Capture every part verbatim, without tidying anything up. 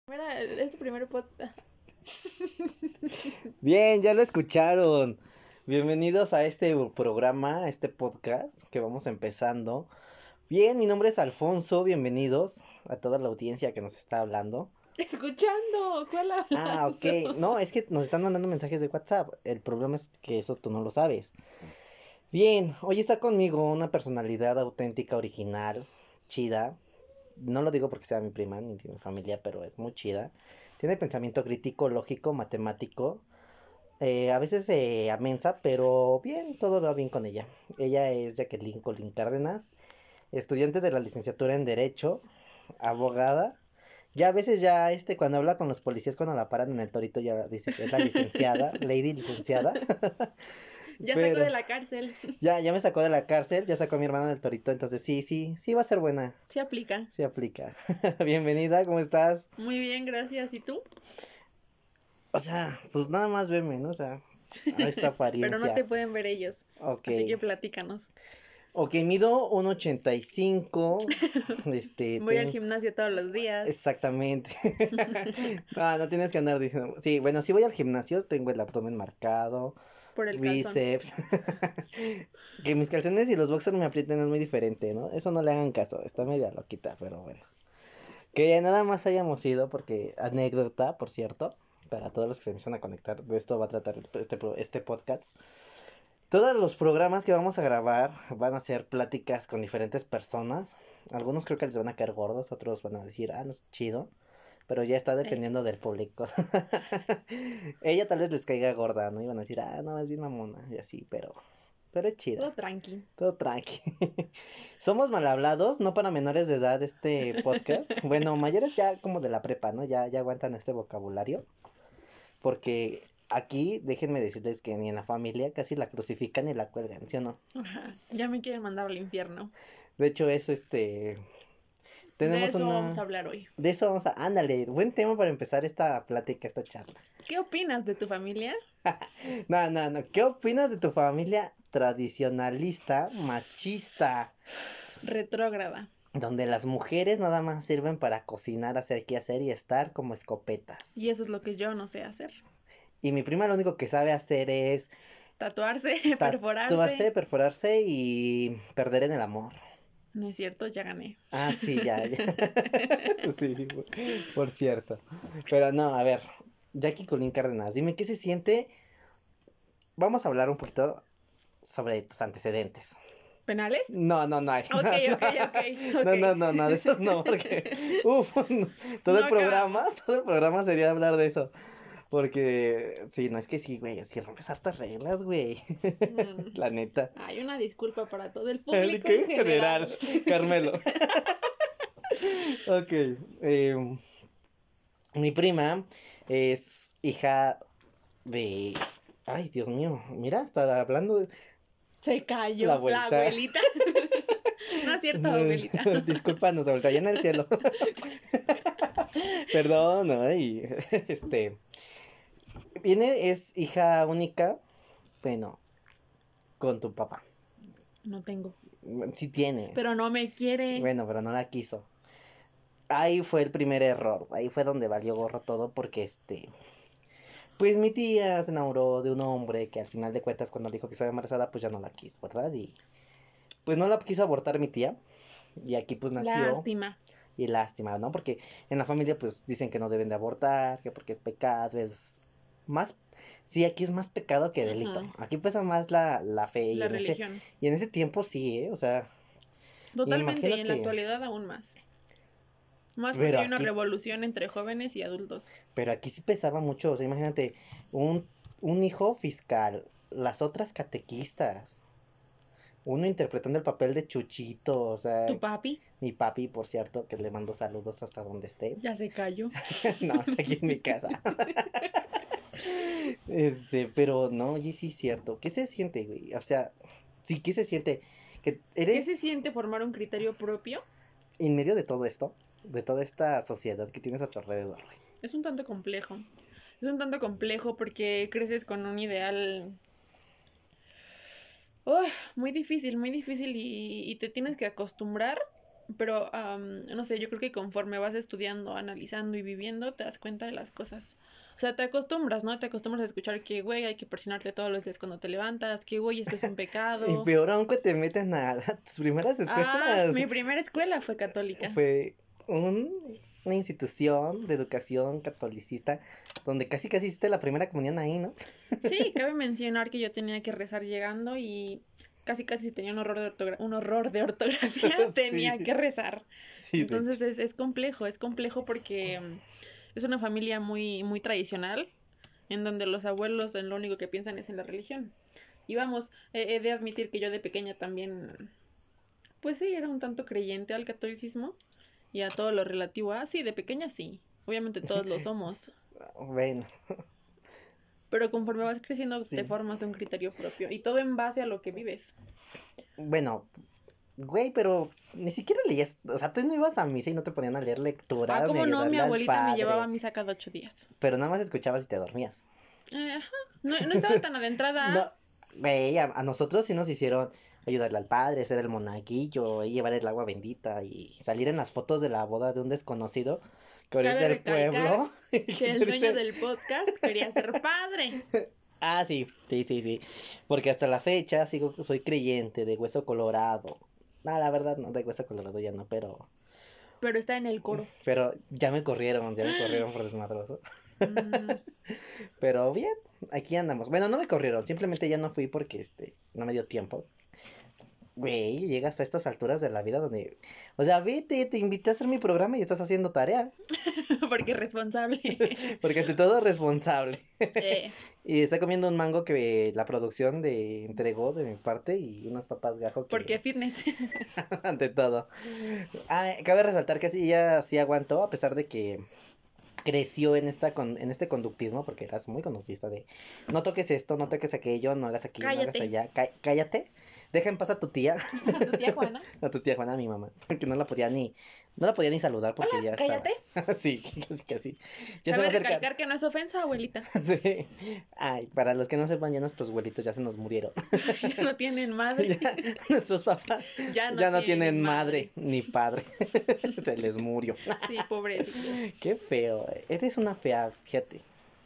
Mira, es tu primer podcast. Bien, ya lo escucharon. Bienvenidos a este programa, a este podcast que vamos empezando. Bien, mi nombre es Alfonso, bienvenidos a toda la audiencia que nos está hablando. Escuchando, ¿cuál Ah, hablando? ok. No, es que nos están mandando mensajes de WhatsApp. El problema es que eso tú no lo sabes. Bien, hoy está conmigo una personalidad auténtica, original, chida. No lo digo porque sea mi prima ni de mi familia, pero es muy chida. Tiene pensamiento crítico, lógico, matemático. Eh, a veces eh, amensa, pero bien, todo va bien con ella. Ella es Jacqueline Colín Cárdenas, estudiante de la licenciatura en Derecho, abogada. Ya a veces ya este cuando habla con los policías cuando la paran en el torito ya dice que es la licenciada, lady licenciada. Ya sacó de Pero la cárcel. ya ya me sacó de la cárcel, ya sacó a mi hermana del torito, entonces sí, sí, sí va a ser buena. Se aplica. Sí aplica. Bienvenida, ¿cómo estás? Muy bien, gracias. ¿Y tú? O sea, pues nada más veme, ¿no? O sea, a esta Pero no te apariencia. pueden ver ellos. Ok. Así que platícanos. Ok, mido uno ochenta y cinco. Este, Voy al tengo. gimnasio todos los días. Exactamente. No, no tienes que andar diciendo. Sí, bueno, sí voy al gimnasio, tengo el abdomen marcado, Por el calzón. bíceps. Que mis calzones y los boxers me aprieten es muy diferente, ¿no? Eso no le hagan caso, está media loquita, pero bueno. Que nada más hayamos ido, porque anécdota, por cierto, para todos los que se empiezan a conectar, de esto va a tratar este, pro- este podcast. Todos los programas que vamos a grabar van a ser pláticas con diferentes personas. Algunos creo que les van a caer gordos, otros van a decir, ah, no es chido. Pero ya está Ey, dependiendo del público. Ella tal vez les caiga gorda, ¿no? Iban a decir, ah, no, es bien mamona, y así, pero, pero es chida. todo tranqui. Todo tranqui. Somos mal hablados, no para menores de edad este podcast. Bueno, mayores ya como de la prepa, ¿no? Ya, ya aguantan este vocabulario. Porque aquí, déjenme decirles que ni en la familia casi la crucifican y la cuelgan, ¿sí o no? Ajá, ya me quieren mandar al infierno. De hecho, eso, este, De tenemos eso vamos a una, hablar hoy. de eso vamos a, ándale, buen tema para empezar esta plática, esta charla. ¿Qué opinas de tu familia? No, no, no, ¿qué opinas de tu familia tradicionalista, machista, Retrógrada. donde las mujeres nada más sirven para cocinar, hacer qué hacer y estar como Y escopetas? eso es lo que yo no sé hacer. Y mi prima lo único que sabe hacer es Tatuarse, tatuarse, perforarse. perforarse y perder en el amor. No es cierto, ya gané. Ah, sí, ya, ya. Sí, por, por cierto. Pero no, a ver, Jackie Colín Cárdenas, dime qué se siente. Vamos a hablar un poquito sobre tus antecedentes. ¿Penales? No, no, no, Ok, no, ok, ok, no, ok. no, no, no, de esos no, porque, uf, todo No el programa, acabamos. todo el programa sería hablar de eso. Porque, sí, no es que sí, güey, sí rompes hartas reglas, güey. Mm, La neta. Hay una disculpa para todo el ¿El público en qué? General, general. Carmelo. Ok, eh, mi prima es hija de... Ay, Dios mío, mira, está hablando de Se la cayó la abuelita. abuelita. No es cierto, abuelita. Discúlpanos, abuelita, ya en el cielo. Perdón, ay, este... Viene, es hija única, bueno, con tu papá. No tengo. Sí tienes. Pero no me quiere. Bueno, pero no la quiso. Ahí fue el primer error. Ahí fue donde valió gorro todo porque este... Pues mi tía se enamoró de un hombre que al final de cuentas cuando le dijo que estaba embarazada pues ya no la quiso, ¿verdad? Y pues no la quiso abortar mi tía. Y aquí pues nació. Lástima. Y lástima, ¿no? Porque en la familia pues dicen que no deben de abortar, que porque es pecado, es más... Sí, aquí es más pecado que delito. Ujú. Aquí pesa más la, la fe y La en ese... religión. Y en ese tiempo sí, ¿eh? O sea, Totalmente, y en la imagínate. actualidad aún más. Más porque Pero hay una aquí revolución entre jóvenes y adultos. Pero aquí sí pesaba mucho, o sea, imagínate, un, un hijo fiscal, las otras catequistas, uno interpretando el papel de Chuchito, o sea, ¿Tu papi? mi papi, por cierto, que le mando saludos hasta donde esté. Ya se cayó. No, está aquí en mi casa. Este, pero no, y sí es cierto. ¿Qué se siente, güey? O sea, sí, ¿qué se siente? Que ¿Qué se eres siente formar un criterio propio? en medio de todo esto, de toda esta sociedad que tienes a tu alrededor, güey. Es un tanto complejo. Es un tanto complejo porque creces con un ideal ¡oh! Muy difícil, muy difícil y, y te tienes que acostumbrar Pero, am, no sé, yo creo que conforme vas estudiando, analizando y viviendo, te das cuenta de las cosas. O sea, te acostumbras, ¿no? Te acostumbras a escuchar que, güey, hay que presionarte todos los días cuando te levantas, que, güey, esto es un Y pecado. peor aún que te meten a, a tus primeras Ah, escuelas. mi primera escuela fue católica. Fue un- una institución de educación catolicista donde casi casi hiciste la primera comunión ahí, ¿no? Sí, cabe mencionar que yo tenía que rezar llegando y casi casi si tenía un horror de ortogra- un horror de ortografía, Sí, tenía que rezar. sí, de hecho. Entonces es, es complejo, es complejo porque mm, es una familia muy, muy tradicional, en donde los abuelos en lo único que piensan es en la religión. Y vamos, he, he de admitir que yo de pequeña también, pues sí, era un tanto creyente al catolicismo y a todo lo relativo a, sí, de pequeña sí, obviamente todos lo somos, Bueno, pero conforme vas creciendo te sí. formas un criterio propio y todo en base a lo que vives. Bueno, güey, pero ni siquiera leías, o sea, tú no ibas a misa y no te ponían a leer Ah, lecturas ni ¿cómo no? Mi ayudarle al abuelita me llevaba a padre, misa cada ocho días. pero nada más escuchabas y te dormías. Eh, ajá, no, no estaba tan No, adentrada. güey, a, a nosotros sí nos hicieron ayudarle al padre, ser el monaguillo, y llevar el agua bendita y salir en las fotos de la boda de un desconocido que ahora es Cabe del recalcar pueblo. y que que el tú dueño dices- del podcast quería ser padre. Ah, sí, sí, sí, sí. Porque hasta la fecha sigo, soy creyente de Hueso Colorado. No, la verdad no, de Hueso Colorado ya no, pero, Pero está en el coro. pero ya me corrieron, ya me corrieron por desmadroso. Mm, Pero bien, aquí andamos. Bueno, no me corrieron, simplemente ya no fui porque este, no me dio tiempo. Güey, llegas a estas alturas de la vida donde, o sea, vete, te invité a hacer mi programa y estás haciendo tarea, porque es responsable. porque ante todo responsable. Eh, Y está comiendo un mango que la producción de entregó de mi parte y unas papas gajo porque que fitness. ante todo. Ah, cabe resaltar que sí, ella sí aguantó a pesar de que creció en esta con, en este conductismo porque eras muy conductista de no toques esto, no toques aquello, no hagas aquí, no hagas Cállate. allá, cá- cállate, deja en paz a tu tía, A tu tía Juana. a tu tía Juana, a mi mamá, que no la podía ni, no la podía ni saludar Hola, porque ya estaba, cállate. sí, casi casi, ya se va Cabe a acercar, recalcar que no es ofensa, abuelita. sí, ay, para los que no sepan ya nuestros abuelitos ya se nos murieron, Ya no tienen madre. ya nuestros papás Ya no ya no tienen tienen madre madre. ni padre, se les murió, Sí, pobrecitos. qué feo, eres una fea, fíjate.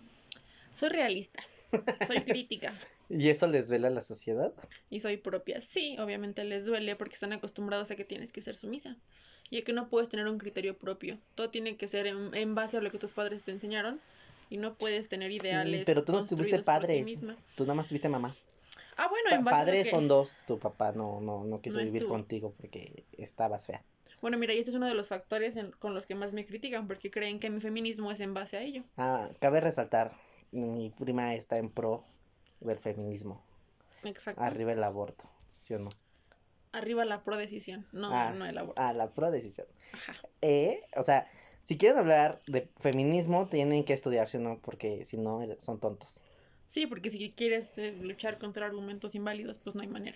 Soy realista. Soy crítica. ¿Y eso les duele a la sociedad? Y soy propia. Sí, obviamente les duele porque están acostumbrados a que tienes que ser sumisa y a que no puedes tener un criterio propio. Todo tiene que ser en, en base a lo que tus padres te enseñaron y no puedes tener Y, ideales pero tú no tuviste construidos por ti padres, misma. tú nada más tuviste mamá. Ah, bueno, en Pa- base a lo padres que son dos, tu papá no, no, no quiso no vivir estuvo. contigo porque estabas fea. Bueno, mira, y este es uno de los factores en- con los que más me critican porque creen que mi feminismo es en base a ello. Ah, cabe resaltar, mi prima está en pro del feminismo. Exacto. Arriba el aborto, ¿sí o no? Arriba la prodecisión, no, Ah, no el aborto. ah, la pro decisión. Ajá. Eh, o sea, si quieren hablar de feminismo, tienen que estudiar, ¿sí o no? Porque si no, eres- son tontos. Sí, porque si quieres eh, luchar contra argumentos inválidos, pues no hay manera.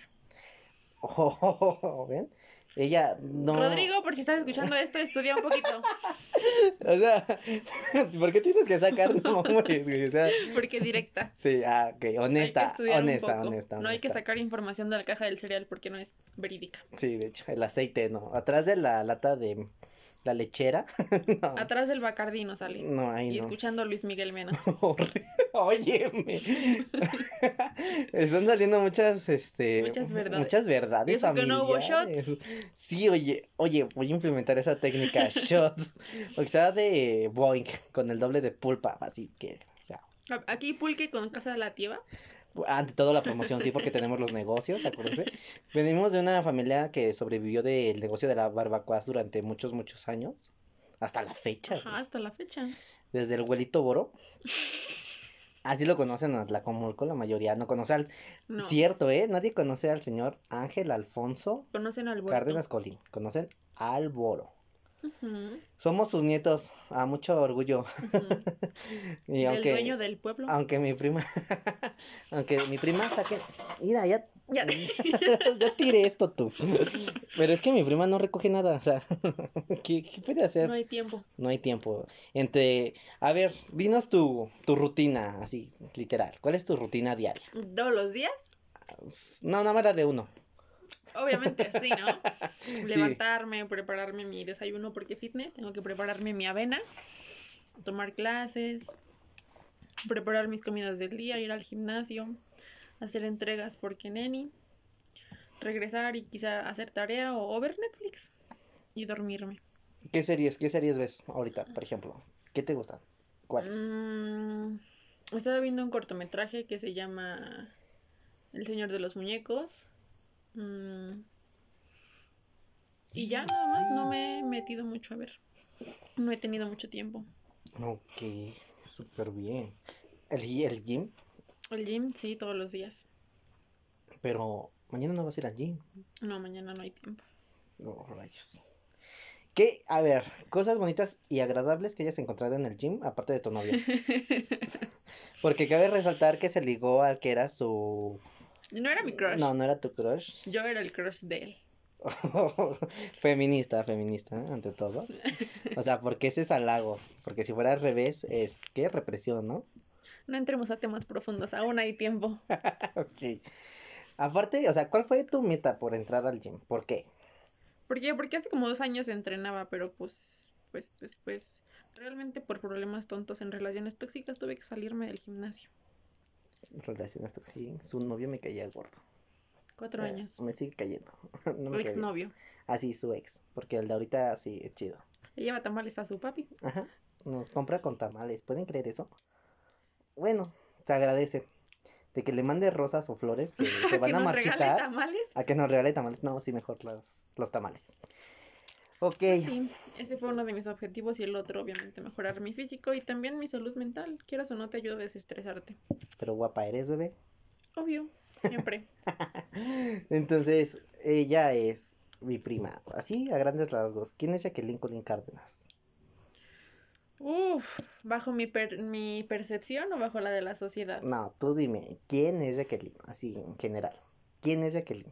Oh, ¿ven? Ella no. Rodrigo, por si estás escuchando esto, estudia un poquito. O sea, ¿por qué tienes que sacar nombres, güey? O sea, Porque directa. sí, ah, ok, Hay que honesta, estudiar un honesta, poco. honesta, No hay que honesta. sacar información de la caja del cereal porque no es verídica. Sí, de hecho, el aceite, no. Atrás de la lata de la lechera, no, Atrás del Bacardí no sale. no, ahí Y no. escuchando a Luis Miguel menos. Horri- Óyeme. Están saliendo muchas, este, Muchas verdades. muchas Y verdades eso que no hubo familiares. shots. Sí, oye, oye, voy a implementar esa técnica, shot, o sea, de Boink, con el doble de pulpa, así que, o sea, A- Aquí pulque con casa de la tieva. ante todo la promoción, sí, porque tenemos los negocios, acuérdense. Venimos de una familia que sobrevivió del negocio de la barbacoa durante muchos, muchos años, hasta la fecha, Ajá, güey. hasta la fecha. Desde el abuelito Boro. Así lo conocen a Tlacomulco, la mayoría no conoce al... No. Cierto, ¿eh? Nadie conoce al señor Ángel Alfonso Conocen al Borto. Cárdenas Colín. Conocen al Boro. Ujú, Somos sus nietos, a mucho orgullo. ujú. Y Del dueño aunque, del pueblo. aunque mi prima, aunque mi prima saque... Mira, ya, Ya. ya tiré esto tú. Pero es que mi prima no recoge nada, o sea, ¿qué, qué puede hacer? No hay tiempo. No hay tiempo. Entre, a ver, dinos tu, tu rutina, así, literal. ¿Cuál es tu rutina diaria? ¿Todos los días? No, no, era de uno. Obviamente, sí, ¿no? Sí. Levantarme, prepararme mi desayuno porque fitness, tengo que prepararme mi avena, tomar clases, preparar mis comidas del día, ir al gimnasio, hacer entregas porque neni, regresar y quizá hacer tarea o, o ver Netflix y dormirme. ¿Qué series, qué series ves ahorita, por ejemplo? ¿Qué te gustan? ¿Cuáles? Mm, estaba viendo un cortometraje que se llama El Señor de los Muñecos. Mm, y ya nada más, no me he metido mucho a ver. No he tenido mucho tiempo. Ok, súper bien. El, gi- el gym, El gym, sí, todos los días. pero mañana no vas a ir al gym. No, mañana no hay tiempo. Oh, rayos. ¿Qué? A ver, cosas bonitas y agradables que hayas encontrado en el gym, aparte de tu novio. Porque cabe resaltar que se ligó al que era su... No era mi crush. No, no era tu crush. Yo era el crush de él. Feminista, feminista, ¿eh? Ante todo. O sea, porque ese es halago. Porque si fuera al revés, es que represión, ¿no? No entremos a temas profundos, aún hay tiempo. Ok. Aparte, o sea, ¿cuál fue tu meta por entrar al gym? ¿Por qué? ¿Por qué? Porque hace como dos años entrenaba, pero pues, pues, pues, pues, realmente por problemas tontos en relaciones tóxicas tuve que salirme del gimnasio. Relaciones tóxicas. Su novio me caía gordo. Cuatro Eh, años. me sigue cayendo. No O me cae bien. exnovio. Así su ex. Porque el de ahorita sí es chido. Le lleva tamales a su papi. Ajá. Nos compra con tamales. ¿Pueden creer eso? Bueno, se agradece. De que le mande rosas o flores que se Que van a nos regale marchitar. tamales. A que nos regale tamales. No, sí, mejor los, los tamales. Ok. Pues sí, ese fue uno de mis objetivos y el otro, obviamente, mejorar mi físico y también mi salud mental. Quieras o no, te ayuda a desestresarte. Pero guapa eres, bebé. Obvio, siempre. Entonces, ella es mi prima. Así, a grandes rasgos. ¿Quién es Jacqueline Colín Cárdenas? Uf, ¿bajo mi, per- mi percepción o bajo la de la sociedad? No, tú dime, ¿quién es Jacqueline? Así, en general. ¿Quién es Jacqueline?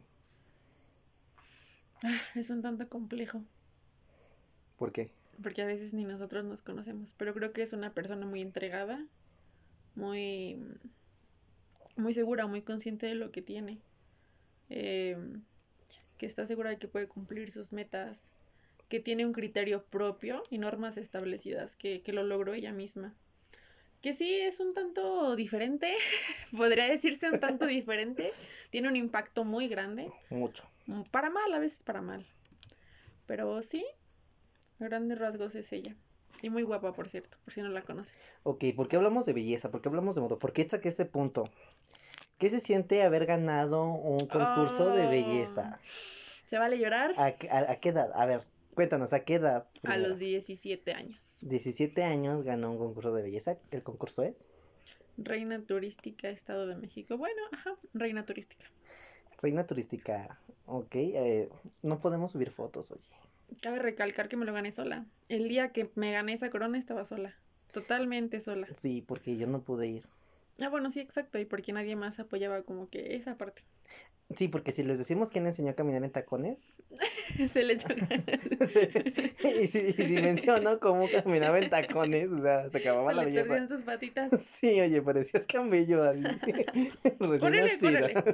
Ah, es un tanto complejo, ¿Por qué? porque a veces ni nosotros nos conocemos, pero creo que es una persona muy entregada, muy, muy segura, muy consciente de lo que tiene, eh, que está segura de que puede cumplir sus metas, que tiene un criterio propio y normas establecidas, que, que lo logró ella misma. Que sí es un tanto diferente, podría decirse un tanto diferente, tiene un impacto muy grande, Mucho. mm, para mal, a veces para mal, pero sí, a grandes rasgos es ella. Y muy guapa, por cierto, por si no la conocen. Ok, ¿por qué hablamos de belleza? ¿Por qué hablamos de moda? ¿Por qué saqué ese punto? ¿Qué se siente haber ganado un concurso de Oh, belleza? ¿se vale llorar? ¿A, qué- a- a qué edad? A ver, cuéntanos, ¿a qué edad A primero? los diecisiete años. Diecisiete años ganó un concurso de belleza. ¿El concurso es? Reina turística, Estado de México. Bueno, ajá, reina turística. Reina turística. Ok, eh, no podemos subir fotos, oye. Cabe recalcar que me lo gané sola. El día que me gané esa corona estaba sola. Totalmente sola. Sí, porque yo no pude ir. Ah, bueno, sí, exacto. Y porque nadie más apoyaba como que esa parte. Sí, porque si les decimos quién enseñó a caminar en tacones, Se le echó ganas. sí, y, si, y si menciono cómo caminaba en tacones, o sea, se acababa Se la le belleza. torcían sus patitas. Sí, oye, parecías camello así, recién Córrele, nacida. córrele.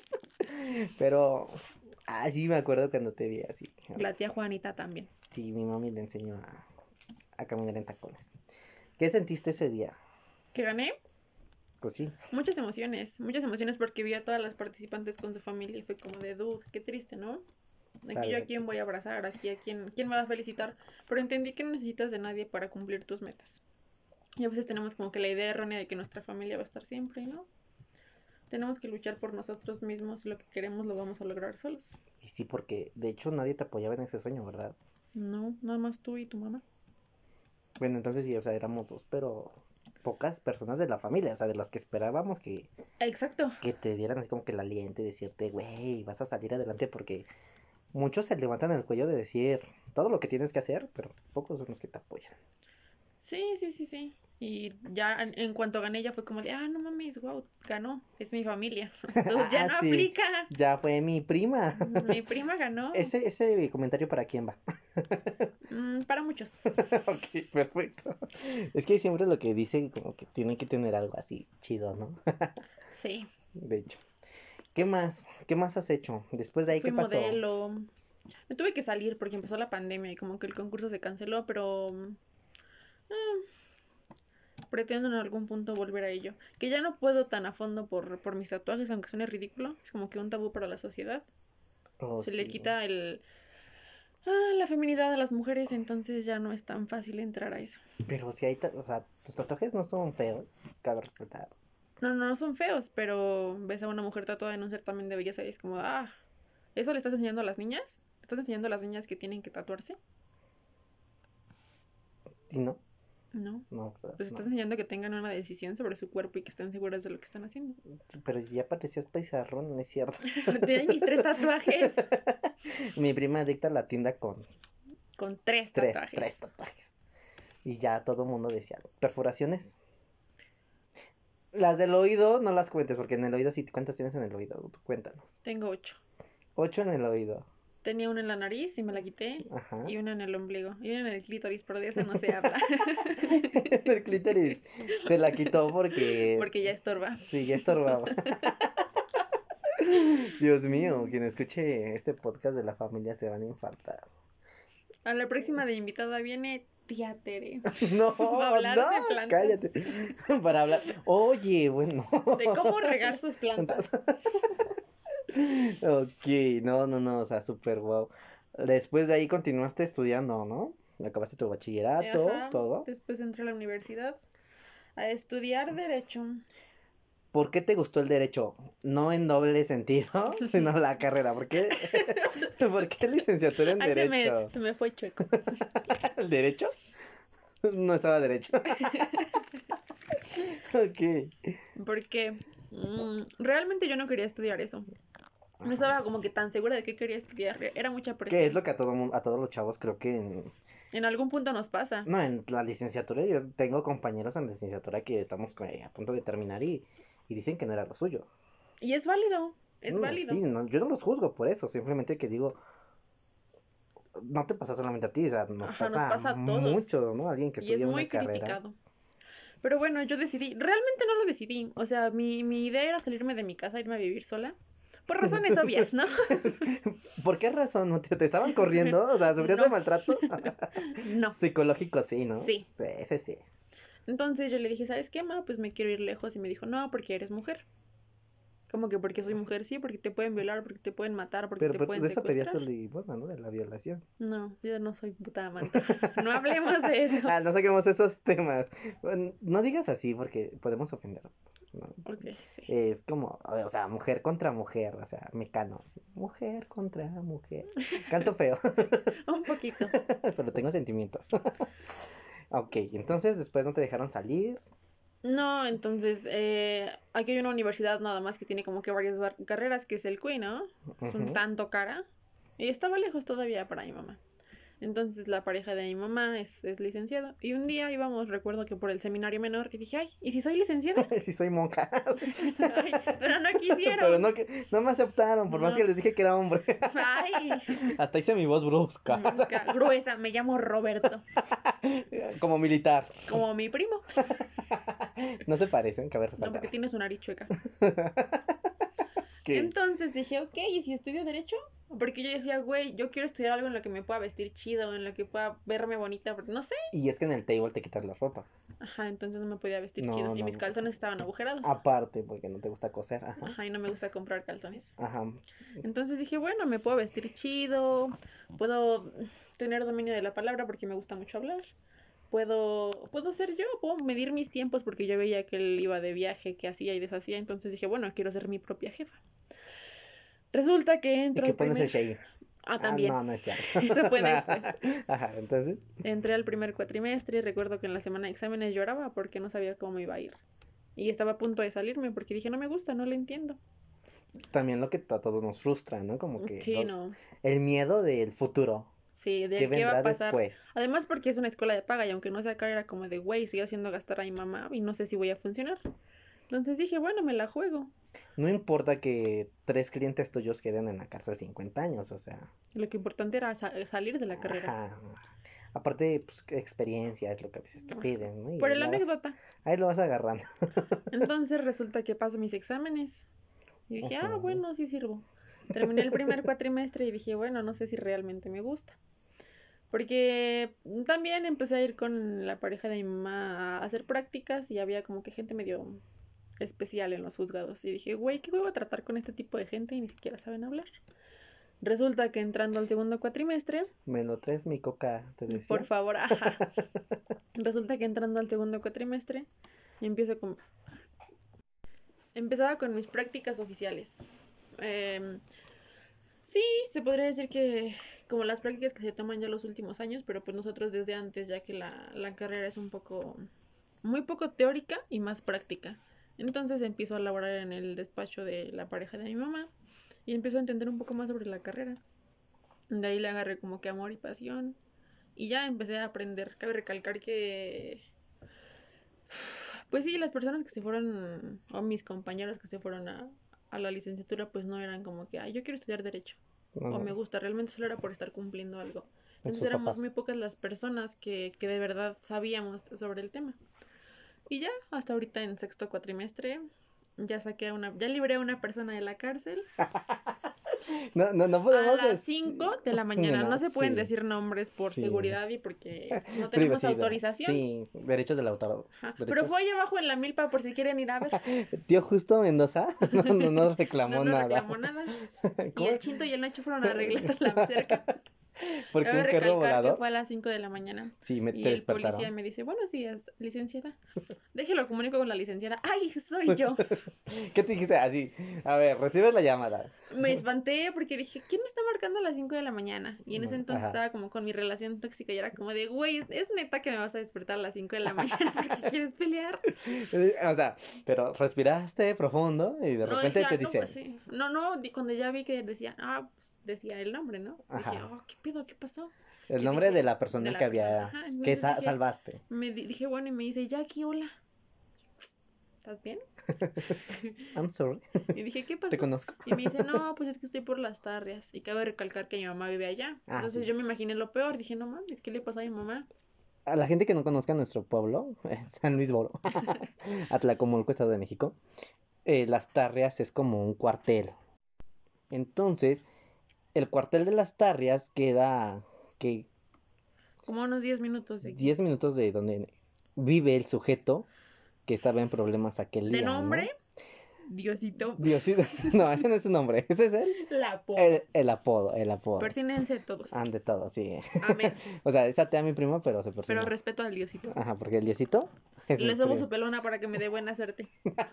Pero, ah, sí, me acuerdo cuando te vi así. La tía Juanita también. Sí, mi mami le enseñó a, a caminar en tacones. ¿Qué sentiste ese día? ¿Que gané? Pues sí, Muchas emociones. Muchas emociones porque vi a todas las participantes con su familia y fue como de, dude, qué triste, ¿no? Aquí yo a sabe. quién voy a abrazar, aquí a quién, quién me va a felicitar. Pero entendí que no necesitas de nadie para cumplir tus metas. Y a veces tenemos como que la idea errónea de que nuestra familia va a estar siempre, ¿no? Tenemos que luchar por nosotros mismos y lo que queremos lo vamos a lograr solos. Y sí, porque de hecho nadie te apoyaba en ese sueño, ¿verdad? No, nada más tú y tu mamá. Bueno, entonces sí, o sea, éramos dos, pero pocas personas de la familia, o sea, de las que esperábamos que, Exacto. que te dieran así como que el aliento y decirte, güey, vas a salir adelante, porque muchos se levantan el cuello de decir todo lo que tienes que hacer, pero pocos son los que te apoyan. Sí, sí, sí, sí. Y ya en, en cuanto gané ya fue como de, ah, no mames, wow, ganó, es mi familia. Entonces ya Ah, no sí, aplica. ya fue mi prima. Mi prima ganó. Ese, ese comentario para quién va. Mm, para muchos. Ok, perfecto. Es que siempre lo que dice como que tiene que tener algo así chido, ¿no? Sí. De hecho. ¿Qué más? ¿Qué más has hecho? Después de ahí, Fui ¿qué pasó? modelo. Me tuve que salir porque empezó la pandemia y como que el concurso se canceló, pero pretendo en algún punto volver a ello. Que ya no puedo tan a fondo por, por mis tatuajes, aunque suene ridículo. Es como que un tabú para la sociedad. Oh, Se le sí. quita el... Ah, la feminidad a las mujeres, entonces ya no es tan fácil entrar a eso. Pero si hay, ta- o sea, tus tatuajes no son feos, cabe resaltar. No, no, no son feos, pero ves a una mujer tatuada en un certamen de belleza y es como, ah, ¿eso le estás enseñando a las niñas? ¿Estás enseñando a las niñas que tienen que tatuarse? ¿Y no? No. No, ¿verdad? Pues estás No. enseñando que tengan una decisión sobre su cuerpo y que estén seguras de lo que están haciendo. Sí, pero ya parecías paisarrón, no es cierto. Tienen mis tres tatuajes. Mi prima adicta a la tienda con Con tres tres, tatuajes. tres tatuajes. Y ya todo el mundo decía, ¿perforaciones? Las del oído no las cuentes, porque en el oído, si cuántas tienes en el oído, tú cuéntanos. Tengo ocho. Ocho en el oído. Tenía una en la nariz y me la quité. Ajá. Y una en el ombligo. Y una en el clítoris, pero de esa no se habla. El clítoris se la quitó porque Porque ya estorba. sí, ya estorbaba. Dios mío, quien escuche este podcast de la familia se van a infartar. A la próxima de invitada viene tía Tere. No, Va a hablar no, de plantas. cállate. Para hablar. Oye, bueno. De cómo regar sus plantas. Ok, no, no, no, o sea, súper guau. Después de ahí continuaste estudiando, ¿no? Acabaste tu bachillerato, Ajá. todo. Después entré a la universidad a estudiar Derecho. ¿Por qué te gustó el derecho? No en doble sentido, sino la carrera. ¿Por qué? ¿Por qué licenciatura en Ay, se me, derecho? se me fue chueco. ¿El derecho? No estaba derecho. Ok. Porque mm, realmente yo no quería estudiar eso. No estaba como que tan segura de qué quería estudiar. Era mucha ¿Qué es presión. lo que a todo mundo, a todos los chavos creo que en, En algún punto nos pasa. no, en la licenciatura yo tengo compañeros en licenciatura que estamos eh, a punto de terminar y, y dicen que no era lo suyo. Y es válido. Es Mm, válido. sí, no, yo no los juzgo por eso, simplemente que digo, no te pasa solamente a ti, o sea, nos Ajá, nos pasa pasa a todos. mucho, ¿no? Alguien que Y es estudia una muy carrera. criticado. Pero bueno, yo decidí. Realmente no lo decidí. O sea, mi, mi idea era salirme de mi casa, irme a vivir sola. Por razones obvias, ¿no? ¿Por qué razón? ¿No te, te estaban corriendo? O sea, ¿sufrías de No. maltrato? No. Psicológico, sí, ¿no? Sí. Sí, ese sí. Entonces yo le dije, ¿sabes qué, ma? Pues me quiero ir lejos. Y me dijo, no, porque eres mujer. ¿Cómo que porque soy mujer? Sí, porque te pueden violar, porque te pueden matar, porque Pero, te pero pueden de eso pedías secuestrar. tu limosna, ¿no? De la violación. No, yo no soy puta amante. No hablemos de eso. Ah, no saquemos esos temas. Bueno, no digas así porque podemos ofender, ¿no? Ok, sí. Es como, o sea, mujer contra mujer, o sea, mecano. Así, mujer contra mujer. Canto feo, Un poquito. pero tengo sentimientos. Ok, entonces después no te dejaron salir. No, entonces, eh, aquí hay una universidad nada más que tiene como que varias bar- carreras, que es el Queen, ¿no? Es un Ujú. tanto cara. Y estaba lejos todavía para mi mamá. Entonces la pareja de mi mamá es, es licenciado. Y un día íbamos, recuerdo que por el seminario menor, y dije, ay, ¿y si soy licenciada? Sí, soy monja. Ay, pero no Pero quisieron. no, que, no me aceptaron, por más que No. les dije que era hombre. Ay, Hasta hice mi voz brusca. brusca, gruesa, me llamo Roberto, Como militar. como mi primo. No se parecen, cabe No, resaltar. porque tiene su nariz chueca. Que Entonces dije, ok, ¿y si estudio derecho? Porque yo decía, güey, yo quiero estudiar algo en lo que me pueda vestir chido, en lo que pueda verme bonita, porque no sé. Y es que en el table te quitas la ropa. Ajá, entonces no me podía vestir chido. No, Y no. mis calzones estaban agujerados. Aparte, porque no te gusta coser. Ajá. Ajá, y no me gusta comprar calzones. Ajá. Entonces dije, bueno, me puedo vestir chido, puedo tener dominio de la palabra porque me gusta mucho hablar. Puedo, puedo ser yo, puedo medir mis tiempos porque yo veía que él iba de viaje, que hacía y deshacía. Entonces dije, bueno, quiero ser mi propia jefa. Resulta que ¿Y entro qué al pones el primer... Shein? Ah, Ah, también. no, no es cierto. Eso fue después. Ajá, entonces. Entré al primer cuatrimestre y recuerdo que en la semana de exámenes lloraba porque no sabía cómo me iba a ir. Y estaba a punto de salirme porque dije, no me gusta, no lo entiendo. También lo que a todos nos frustra, ¿no? Como que Sí, los, no. el miedo del futuro. Sí, ¿Qué de qué va a vendrá pasar. después? Además porque es una escuela de paga y aunque no sea cara era como de, güey, estoy haciendo gastar a mi mamá y no sé si voy a funcionar. Entonces dije, bueno, me la juego. No importa que tres clientes tuyos queden en la cárcel cincuenta años, o sea. Lo que importante era sa- salir de la carrera. Ajá. Aparte, pues, experiencia es lo que a veces te piden, ¿no? Y Por ahí la la vas, anécdota. ahí lo vas agarrando. Entonces resulta que paso mis exámenes. Y dije, ah, Ujú. bueno, sí sirvo. Terminé el primer cuatrimestre y dije, bueno, no sé si realmente me gusta. Porque también empecé a ir con la pareja de mi mamá a hacer prácticas y había como que gente medio especial en los juzgados. Y dije, güey, ¿qué voy a tratar con este tipo de gente y ni siquiera saben hablar? Resulta que entrando al segundo cuatrimestre, ¿Me lo traes mi coca? Te por decía. favor, ajá. Resulta que entrando al segundo cuatrimestre, empiezo con... empezaba con mis prácticas oficiales. Eh, sí, se podría decir que como las prácticas que se toman ya los últimos años, pero pues nosotros desde antes, ya que la, la carrera es un poco, muy poco teórica y más práctica. Entonces empiezo a laborar en el despacho de la pareja de mi mamá y empiezo a entender un poco más sobre la carrera. De ahí le agarré como que amor y pasión y ya empecé a aprender. Cabe recalcar que, pues sí, las personas que se fueron, o mis compañeros que se fueron a, a la licenciatura, pues no eran como que, ay, yo quiero estudiar derecho, No, o no, me gusta, realmente solo era por estar cumpliendo algo. con Entonces sus éramos muy papás. pocas las personas que, que de verdad sabíamos sobre el tema. Y ya, hasta ahorita en sexto cuatrimestre, ya saqué a una, ya libré a una persona de la cárcel No, no, no a podemos las decir. cinco de la mañana. No, No se pueden sí, decir nombres por sí. seguridad y porque no tenemos Privacidad. autorización. Sí, derechos del autor. Ajá. Pero Derechos. fue allá abajo en la milpa por si quieren ir a ver. Tío Justo Mendoza no, no nos No reclamó nos nada. reclamó nada. Y ¿Cómo? el Chinto y el Nacho fueron a arreglar la cerca. ¿Por qué Cabe un carro recalcar que volador? fue a las cinco de la mañana. Sí, me, Y te el policía despertaron. me dice, buenos días, licenciada. Déjelo comunico con la licenciada. ¡Ay, soy yo! ¿Qué te dijiste? Así. A ver, recibes la llamada. Me espanté porque dije, ¿quién me está marcando a las cinco de la mañana? Y en ese No, entonces ajá. estaba como con mi relación tóxica y era como de, güey, ¿es, es neta que me vas a despertar a las cinco de la mañana porque quieres pelear? O sea, pero respiraste profundo y de No, dije, repente ah, te no, pues dicen, sí. No, no, di- cuando ya vi que decía, ah, pues decía el nombre, ¿no? Dije, ajá, oh, ¿qué pedo? ¿Qué pasó? el Y nombre de dije, la de persona que la persona, había, ajá. que Entonces sa- dije, salvaste. me di- dije, bueno, y me dice, Jackie, hola, ¿estás bien? I'm sorry, Y dije, ¿qué te pasó? conozco. Y me dice, no, pues es que estoy por las tarrias. Y cabe recalcar que mi mamá vive allá. Ah, Entonces sí. yo me imaginé lo peor. Dije, no mames, ¿qué le pasó a mi mamá? A la gente que no conozca nuestro pueblo, San Luis Boro, Atlacomulco, Estado de México, eh, Las Tarrias es como un cuartel. Entonces, el cuartel de Las Tarrias queda que Como unos diez minutos de aquí. diez minutos de donde vive el sujeto que estaba en problemas aquel De día, nombre, ¿no? Diosito. Diosito, no, ese no es su nombre, ese es él. La apodo. El, el apodo, el apodo. Persínense todos. Ante todo, sí. Amén. O sea, es atea a mi primo, pero se Pero persina. respeto al Diosito. Ajá, porque el Diosito es mi Le sobo primo. su pelona para que me dé buena suerte.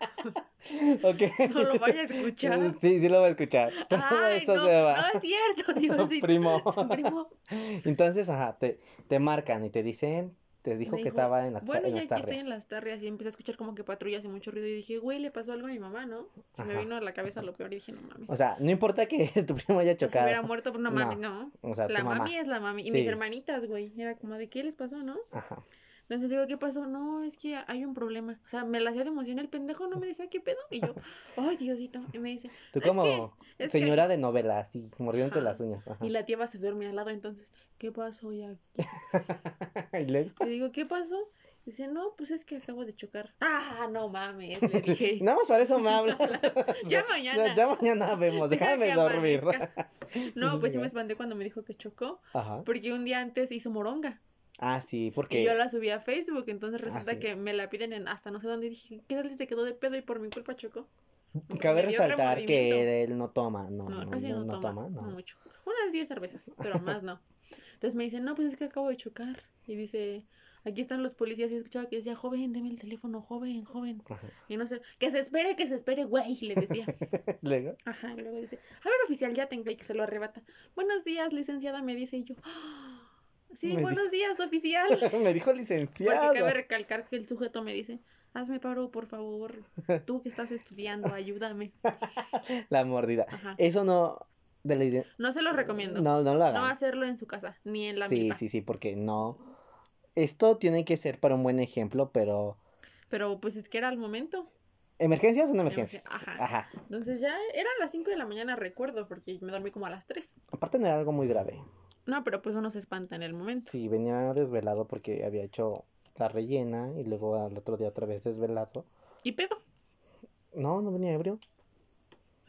Ok. No lo vaya a escuchar. Sí, sí lo voy a escuchar. Todo Ay, esto no, se no va. es cierto, Diosito. Primo. Su primo Entonces, ajá, te, te marcan y te dicen, te me dijo que dijo, estaba en las, ta- bueno, en ya las aquí estoy en tarrias. las tarrias y empecé a escuchar como que patrullas y mucho ruido y dije, güey, le pasó algo a mi mamá, ¿no? Se me Ajá. vino a la cabeza lo peor y dije, no O mames. sea, no importa que tu primo haya O se hubiera chocado. muerto, pues no mames, No. no. O sea, tu La mami mamá. es la mami. Y mis Sí. hermanitas, güey. Era como de, ¿qué les pasó, no? Ajá. Entonces digo, ¿qué pasó? No, es que hay un problema. O sea, me la hacía de emoción el pendejo, no me decía qué pedo. Y yo, ay, Diosito. Y me dice, Tú es que, como es que. señora de novela, así, mordiéndote las Ajá. uñas. Y Ajá. la tía se duerme al lado, entonces, ¿qué pasó ya? Y luego, Le digo, ¿qué pasó? Dice, no, pues es que acabo de chocar. Ah, no mames, le sí, dije. nada más para eso me hablas. Ya Ya, mañana. ya mañana vemos, Deja que déjame dormir. amanezca. No, pues sí me espanté cuando me dijo que chocó, Ajá. porque un día antes hizo moronga. Ah, sí, Y yo porque. la subí a Facebook, entonces Ah, resulta sí. que me la piden en hasta no sé dónde y dije, ¿qué tal si se quedó de pedo y por mi culpa chocó? Cabe Me dio resaltar remordimiento. que él no toma, no, No, no, casi no, no no toma, toma, no no. mucho. Unas diez cervezas, pero más no. Entonces me dicen, no, pues es que acabo de chocar. Y dice, aquí están los policías. Y escuchaba que decía, joven, deme el teléfono, joven, joven. Ajá. Y no sé, que se espere, que se espere, güey, le decía. Luego, Ajá, y luego dice, a ver, oficial, ya tengo y que se lo arrebata. Buenos días, licenciada, me dice, y yo, "Ah, sí, me dijo, buenos días, oficial. me dijo Porque cabe licenciada. recalcar que el sujeto me dice, hazme paro, por favor, tú que estás estudiando, ayúdame. La mordida. Ajá. Eso no. De la ide- No se lo recomiendo. No, no lo No hagan. hacerlo en su casa, ni en la Sí, milpa. sí, sí, porque no. Esto tiene que ser para un buen ejemplo, pero. Pero pues es que era el momento. ¿Emergencias son Emergen- emergencias? Ajá. Ajá. Entonces ya eran las cinco de la mañana, recuerdo, porque me dormí como a las tres. Aparte no era algo muy grave. No, pero pues uno se espanta en el momento. Sí, venía desvelado porque había hecho la rellena y luego al otro día otra vez desvelado. ¿Y pedo? No, no venía ebrio.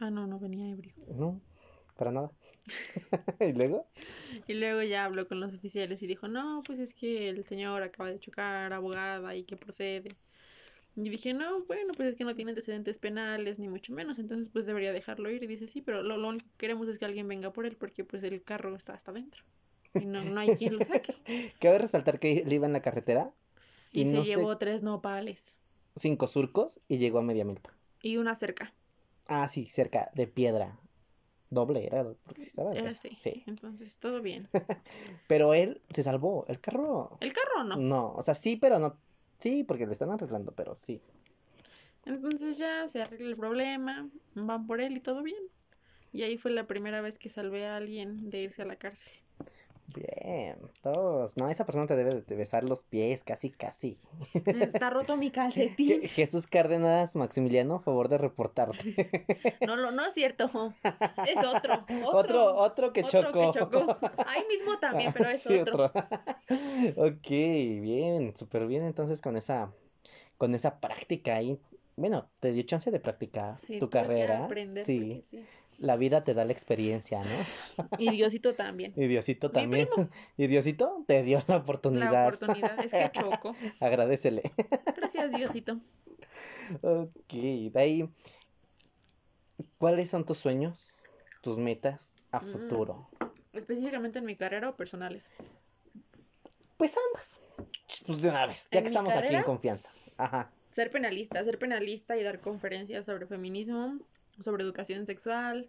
Ah, no, no venía ebrio. No, para nada. ¿Y luego? Y luego ya habló con los oficiales y dijo, no, pues es que el señor acaba de chocar, abogada, y que procede. Y dije, no, bueno, pues es que no tiene antecedentes penales, ni mucho menos, entonces pues debería dejarlo ir. Y dice, sí, pero lo, lo único que queremos es que alguien venga por él, porque pues el carro está hasta adentro. Y no, no hay quien lo saque. Cabe resaltar que él iba en la carretera y Y se no sé, llevó tres nopales cinco surcos y llegó a media milpa. y una cerca. Ah, sí, cerca de piedra. Doble era, do- porque sí estaba Eh, gruesa. sí, Sí. entonces todo bien. Pero él se salvó. El carro. El carro no. No, o sea, sí, pero no. Sí, porque le están arreglando, pero sí. Entonces ya se arregla el problema, van por él y todo bien. Y ahí fue la primera vez que salvé a alguien de irse a la cárcel. Bien, todos. No, esa persona te debe de besar los pies, casi, casi. Está roto mi Je- calcetín. Jesús Cárdenas Maximiliano, favor de reportarte. No, lo, no es cierto. Es otro, Otro, otro, otro que otro que chocó. chocó. Ahí mismo también, Ah, pero es sí, otro. otro. Ok, bien, súper bien. Entonces con esa, con esa práctica ahí, bueno, te dio chance de practicar Sí, tu tuve que carrera. aprender porque Sí, sí. la vida te da la experiencia, ¿no? Y Diosito también. Y Diosito Mi también. primo, Y Diosito te dio la la oportunidad. oportunidad. Es que choco. Agradecele. Gracias, Diosito. Ok, de ahí, ¿cuáles son tus sueños, tus metas a Mm, futuro? específicamente en mi carrera o personales. Pues ambas. Pues de una vez, ya que En mi estamos aquí carrera, en confianza. Ajá. ser penalista, ser penalista y dar conferencias sobre feminismo, sobre educación sexual.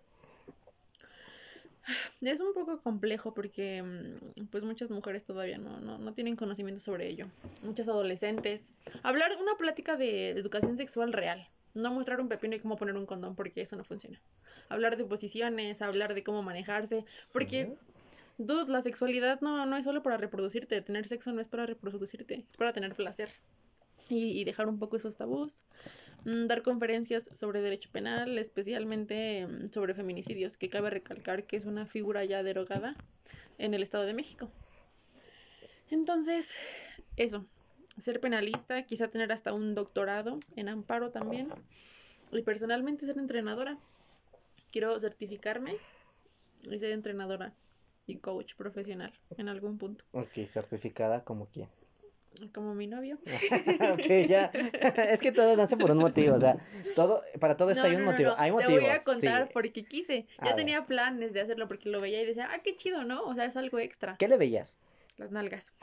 Es un poco complejo porque mm, pues muchas mujeres todavía no, no, no tienen conocimiento sobre ello. Muchas adolescentes. Hablar una plática de educación sexual real. No mostrar un pepino y cómo poner un condón porque eso no funciona. Hablar de posiciones, hablar de cómo manejarse. Sí. Porque, dude, la sexualidad no, no es solo para reproducirte. Tener sexo no es para reproducirte, es para tener placer. Y, y dejar un poco esos tabús. Mm, dar conferencias sobre derecho penal, especialmente mm, sobre feminicidios, que cabe recalcar que es una figura ya derogada en el Estado de México. Entonces, eso, ser penalista, quizá tener hasta un doctorado en amparo también, y personalmente ser entrenadora. Quiero certificarme y ser entrenadora y coach profesional en algún punto, Ok, certificada como quién. como mi novio. Ok, ya. Es que todo nace por un motivo, o sea, todo, para todo esto No, hay un no, no, motivo. no. Hay Te voy motivos, a sí. contar porque quise. A Ya ver, tenía planes de hacerlo porque lo veía y decía, ah, qué chido, ¿no? O sea, es algo extra. ¿qué le veías? Las nalgas.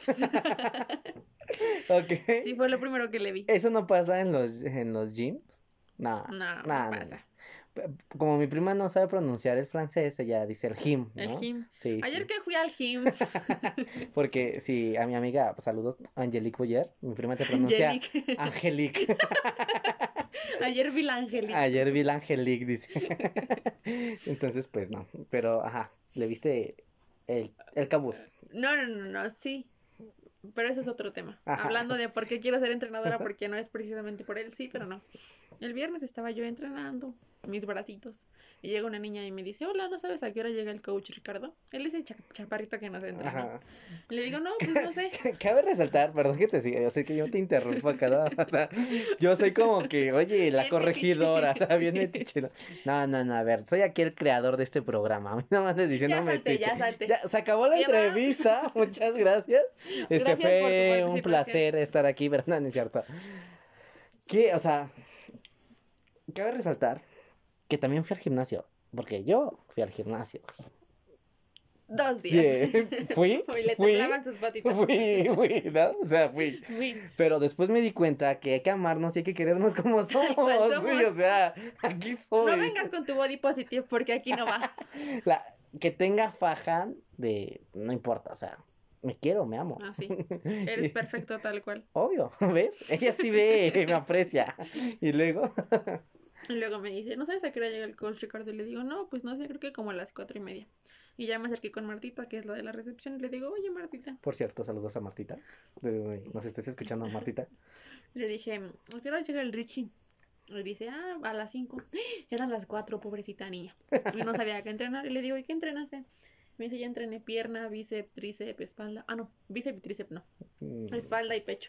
Ok. Sí, fue lo primero que le vi. ¿Eso no pasa en los, en los gyms? No, No, no no, no, no. pasa. P- Como mi prima no sabe pronunciar el francés, ella dice el gym, El ¿no? gym. Sí, Ayer sí. que fui al gym. Porque sí, a mi amiga, pues, saludos, Angelique Boyer, mi prima te pronuncia Angelique. Angelique. Ayer vi la Angelique. Ayer vi la Angelique, dice. Entonces, pues no, pero ajá, le viste el, el cabuz. No, no, no, no, sí. Pero eso es otro tema. Ajá. Hablando de por qué quiero ser entrenadora, porque no es precisamente por él, sí, pero no. El viernes estaba yo entrenando mis bracitos y llega una niña y me dice, hola, ¿no sabes a qué hora llega el coach Ricardo? Él es el cha- chaparrito que nos entrenó. Ajá. Y le digo, no, pues no sé. Cabe resaltar, perdón que te siga, yo sé que yo te interrumpo cada, o sea, yo soy como que, oye, la Bien metiche. corregidora, o sea, bien metiche, ¿no? No, no, no, a ver, soy aquí el creador de este programa, a mí nada más andes diciendo Ya salte, metiche. ya salte. Ya, se acabó la ¿Qué más? entrevista, muchas gracias, este Gracias por tu fue un participación. placer estar aquí, pero no, no es cierto. Que, o sea, cabe resaltar que también fui al gimnasio, porque yo fui al gimnasio. Dos días. Sí, fui, Y le fui, temblaban sus patitas. fui, fui, ¿no? O sea, fui. Fui. Pero después me di cuenta que hay que amarnos y hay que querernos como Tal cual somos, somos. sí, o sea, aquí No soy. vengas con tu body positive porque aquí no va. La, que tenga faja de, no importa, o sea, me quiero, me amo. Ah, sí. Eres Y- perfecto tal cual. obvio, ¿ves? Ella sí ve, me aprecia. Y luego, Y luego me dice, ¿no sabes a qué hora llega el coach Ricardo? Y le digo, no, pues no sé, creo que como a las cuatro y media. Y ya me acerqué con Martita, que es la de la recepción, y le digo, oye, Martita. por cierto, saludos a Martita. De- Nos estés escuchando, Martita. Le dije, ¿a qué hora llega el Richie? Y dice, ah, a las cinco. Eran las cuatro, pobrecita niña. Y no sabía qué entrenar. Y le digo, ¿y qué entrenaste? Me dice, ya entrené pierna, bíceps, tríceps, espalda. Ah, no, bíceps y tríceps no. Mm, Espalda y pecho.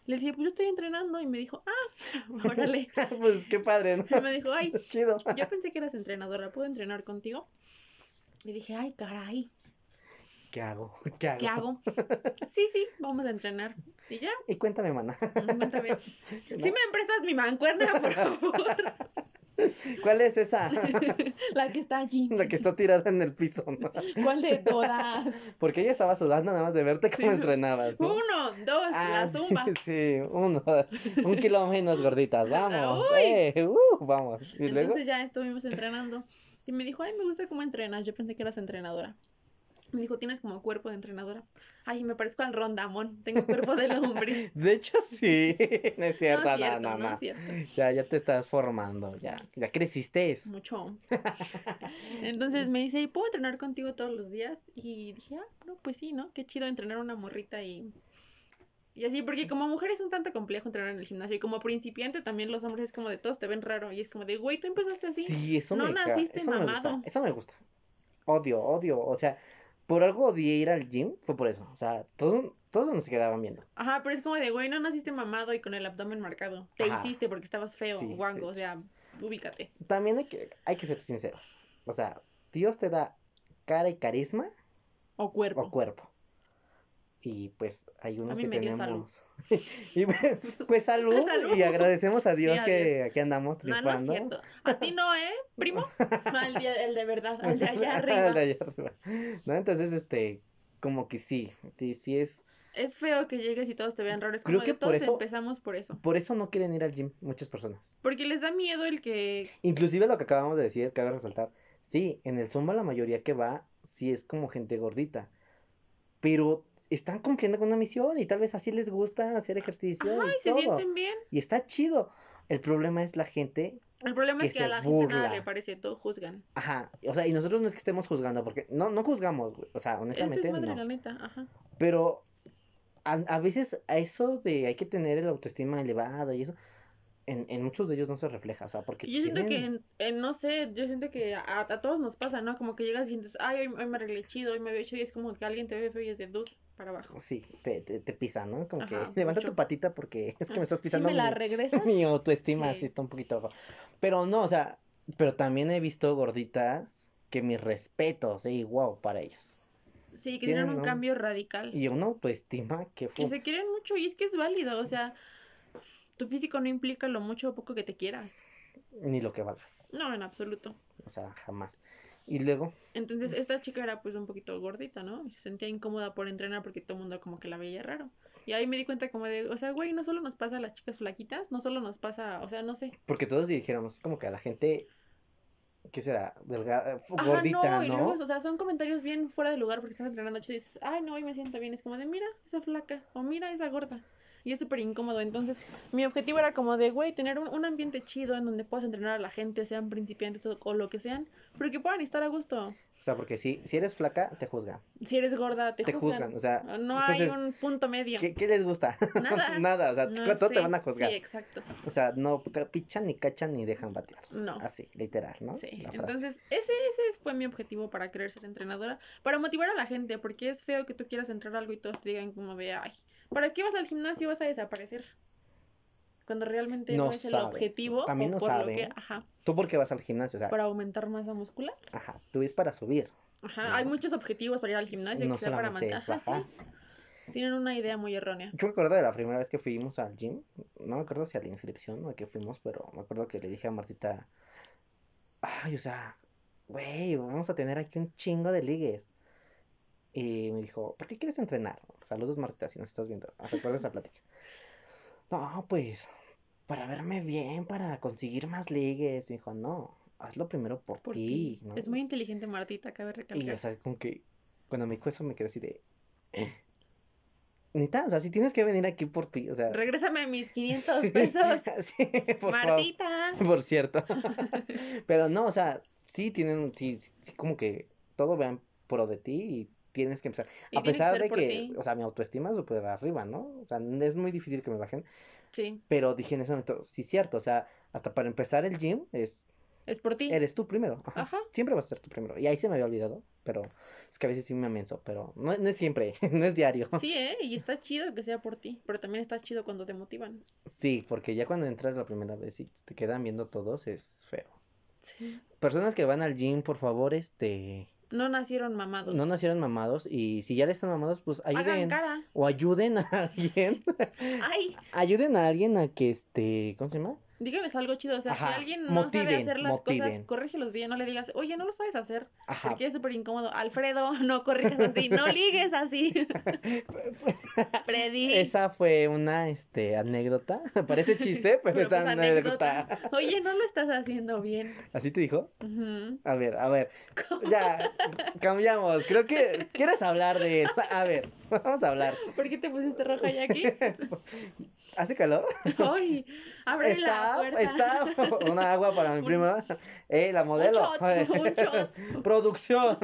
Le dije, pues yo estoy entrenando. Y me dijo, ah, órale. Pues qué padre, ¿no? Y me dijo, ay, chido. yo pensé que eras entrenadora, ¿puedo entrenar contigo? Y dije, ay, caray, ¿Qué hago? ¿Qué hago? ¿qué hago? Sí, sí, vamos a entrenar. Y ya, Y cuéntame, mana. mm, cuéntame. ¿Sí ¿No? me prestas mi mancuerna, por favor? ¿Cuál es esa? La que está allí. La que está tirada en el piso, ¿no? ¿Cuál de todas? Porque ella estaba sudando nada más de verte cómo Sí. entrenabas, ¿no? Uno, dos, Ah, la sí, zumba. sí, uno, un kilo menos gorditas, vamos, Uy. eh, uh, vamos. ¿Y luego? Entonces ya estuvimos entrenando. Y me dijo, ay, me gusta cómo entrenas. Yo pensé que eras entrenadora. Me dijo, tienes como cuerpo de entrenadora. Ay, me parezco al Rondamón. Tengo cuerpo de lombriz. De hecho, sí, no es No cierto, es no, cierto, no, no no. es cierto. Ya, ya te estás formando, ya, ya creciste. Mucho. Entonces me dice, ¿y puedo entrenar contigo todos los días? Y dije, ah, no, pues sí, ¿no? Qué chido entrenar una morrita y... Y así, porque como mujer es un tanto complejo entrenar en el gimnasio. Y como principiante también los hombres es como de todos te ven raro. Y es como de, güey, tú empezaste así. Sí, eso No me, ca- naciste eso no me gusta, mamado. eso me gusta. Odio, odio, o sea, por algo odié ir al gym, fue por eso, o sea, todos, todos nos quedaban viendo. Ajá, pero es como de, güey, no naciste mamado y con el abdomen marcado. Te Ajá, hiciste porque estabas feo, sí, guango. sí, O sea, ubícate. también hay que, hay que ser sinceros. O sea, Dios te da cara y carisma O o cuerpo. cuerpo. Y pues hay A unos mí que me dio salud. tenemos. Y pues pues, salud Salud. y agradecemos a Sí, Dios adiós. que aquí andamos No, no es triunfando. cierto. A ti no, ¿eh, primo? No, el, de, el de verdad, al de allá Al de arriba. allá arriba. ¿No? Entonces, este, como que sí, sí, sí es. Es feo que llegues y todos te vean raro. Es Creo como que de por todos eso, empezamos por eso. por eso no quieren ir al gym muchas personas. Porque les da miedo el que... Inclusive lo que acabamos de decir, cabe resaltar. Sí, en el Zumba la mayoría que va, sí es como gente gordita. Pero están cumpliendo con una misión y tal vez así les gusta hacer Ajá, ejercicio y y se todo. sienten bien. Y está chido. El problema es la gente El problema que es que a se la gente nada le burla. parece, todo juzgan. Ajá. O sea, y nosotros no es que estemos juzgando, porque no, no juzgamos, güey. O sea, Este es honestamente madre, no. la neta, ajá. Pero a, a veces a eso de hay que tener el autoestima elevado y eso, en, en muchos de ellos no se refleja. O sea, porque Y yo siento que, tienen. en- en, no sé, yo siento que a, a todos nos pasa, ¿no? Como que llegas y sientes, ay, hoy, hoy me arreglé chido, hoy me veo chido, y es como que alguien te ve feo y es de dude para abajo. Sí, te, te, te pisan, ¿no? Es como que Ajá, levanta tu mucho. patita porque es que me Ah, estás ¿sí pisando me la mi, regresas? mi autoestima, así Sí. está un poquito bajo. Pero no, o sea, pero también he visto gorditas que mis respetos, y wow, para ellas. Sí, que tienen Tienen un un, cambio radical. y una autoestima que Y fu, se quieren mucho y es que es válido, o sea, tu físico no implica lo mucho o poco que te quieras. ni lo que valgas, No, en absoluto. o sea, jamás. Y luego, Entonces, esta chica era pues un poquito gordita, ¿no? Y se sentía incómoda por entrenar porque todo el mundo como que la veía raro. Y ahí me di cuenta como de, o sea, güey, no solo nos pasa a las chicas flaquitas, no solo nos pasa, o sea, no sé. porque todos dijéramos, como que a la gente, ¿qué será? Delgada, Ajá, gordita, no, y luego, o ¿no? sea, son comentarios bien fuera de lugar porque estás entrenando chido y dices, ay, no, hoy me siento bien. Es como de, mira, esa flaca, o mira, esa gorda. Y es súper incómodo. Entonces, mi objetivo era como de, güey, tener un, un ambiente chido en donde puedas entrenar a la gente, sean principiantes o, o lo que sean, pero que puedan estar a gusto. O sea, porque si, si eres flaca, te juzgan, Si eres gorda, te te juzgan, juzgan. o sea, No hay entonces, un punto medio. ¿qué, qué les gusta? Nada. Nada, o sea, No todo te van sé. a Sí, juzgar. exacto. O sea, no ca- pichan ni cachan ni dejan batear. No. Así, literal, ¿no? Sí, La frase. entonces ese, ese fue mi objetivo para querer ser entrenadora, para motivar a la gente, porque es feo que tú quieras entrar a algo y todos te digan como de, ay, ¿para qué vas al gimnasio? Vas a desaparecer, cuando realmente No no es el saben, objetivo también o no por lo que, saben. ajá, ¿Tú por qué vas al gimnasio? O sea, para aumentar masa muscular. ajá, tú es para subir, Ajá, hay ¿no? muchos objetivos para ir al gimnasio, No que sea para solamente mantener, es ajá, bajar. sí, tienen una idea muy errónea. Yo me acuerdo de la primera vez que fuimos al gym. No me acuerdo si a la inscripción o a qué fuimos, pero me acuerdo que le dije a Martita, ay, o sea, güey, vamos a tener aquí un chingo de ligues. Y me dijo, ¿por qué quieres entrenar? Saludos, Martita, si nos estás viendo. Recuerda esa plática. No, pues, para verme bien, para conseguir más ligues. Me dijo, no, hazlo primero por Por ti. ti, ¿no? Es muy inteligente Martita, cabe Y, o recalcar. sea, como que cuando me dijo eso me quedé así de, neta, o sea, si tienes que venir aquí por ti, o sea, Regrésame mis quinientos sí, pesos, sí, por favor, Martita. por cierto. Pero no, o sea, sí tienen, sí, sí, como que todo vean pro de ti y tienes que empezar. Y A tiene que pesar ser de por que, ti. o sea, mi autoestima es súper arriba, ¿no? O sea, es muy difícil que me bajen. Sí. Pero dije en ese momento, sí, cierto, o sea, hasta para empezar el gym es Es por ti. Eres tú primero. Ajá. Ajá. Siempre vas a ser tú primero. Y ahí se me había olvidado, pero es que a veces sí me amenso, pero no, no es siempre, no es diario. Sí, ¿eh? Y está chido que sea por ti, pero también está chido cuando te motivan. Sí, porque ya cuando entras la primera vez y te quedan viendo todos, es feo. Sí. Personas que van al gym, por favor, este, No nacieron no mamados. nacieron mamados y si ya le están mamados, pues Hagan ayuden cara. o ayuden a alguien, Ay, ayuden a alguien a que este, ¿cómo se llama? díganles algo chido. O sea, si Ajá, alguien no sabe motiven, hacer las cosas, motiven. corrígelos bien. No le digas, oye, no lo sabes hacer. Ajá. Porque es súper incómodo. Alfredo, no corrijas así. No ligues así. Freddy. Esa fue una, este, anécdota. Parece chiste, pero Pero es pues anécdota. anécdota. Oye, no lo estás haciendo bien. ¿Así te dijo? Ujú. A ver, a ver. Ya, cambiamos. Creo que quieres hablar de... A ver, vamos a hablar. ¿Por qué te pusiste roja ya aquí? ¿Hace calor? Ay, abre la Está, puerta. está una agua para mi Un- prima. Eh, la Un modelo. shot, un shot. Producción.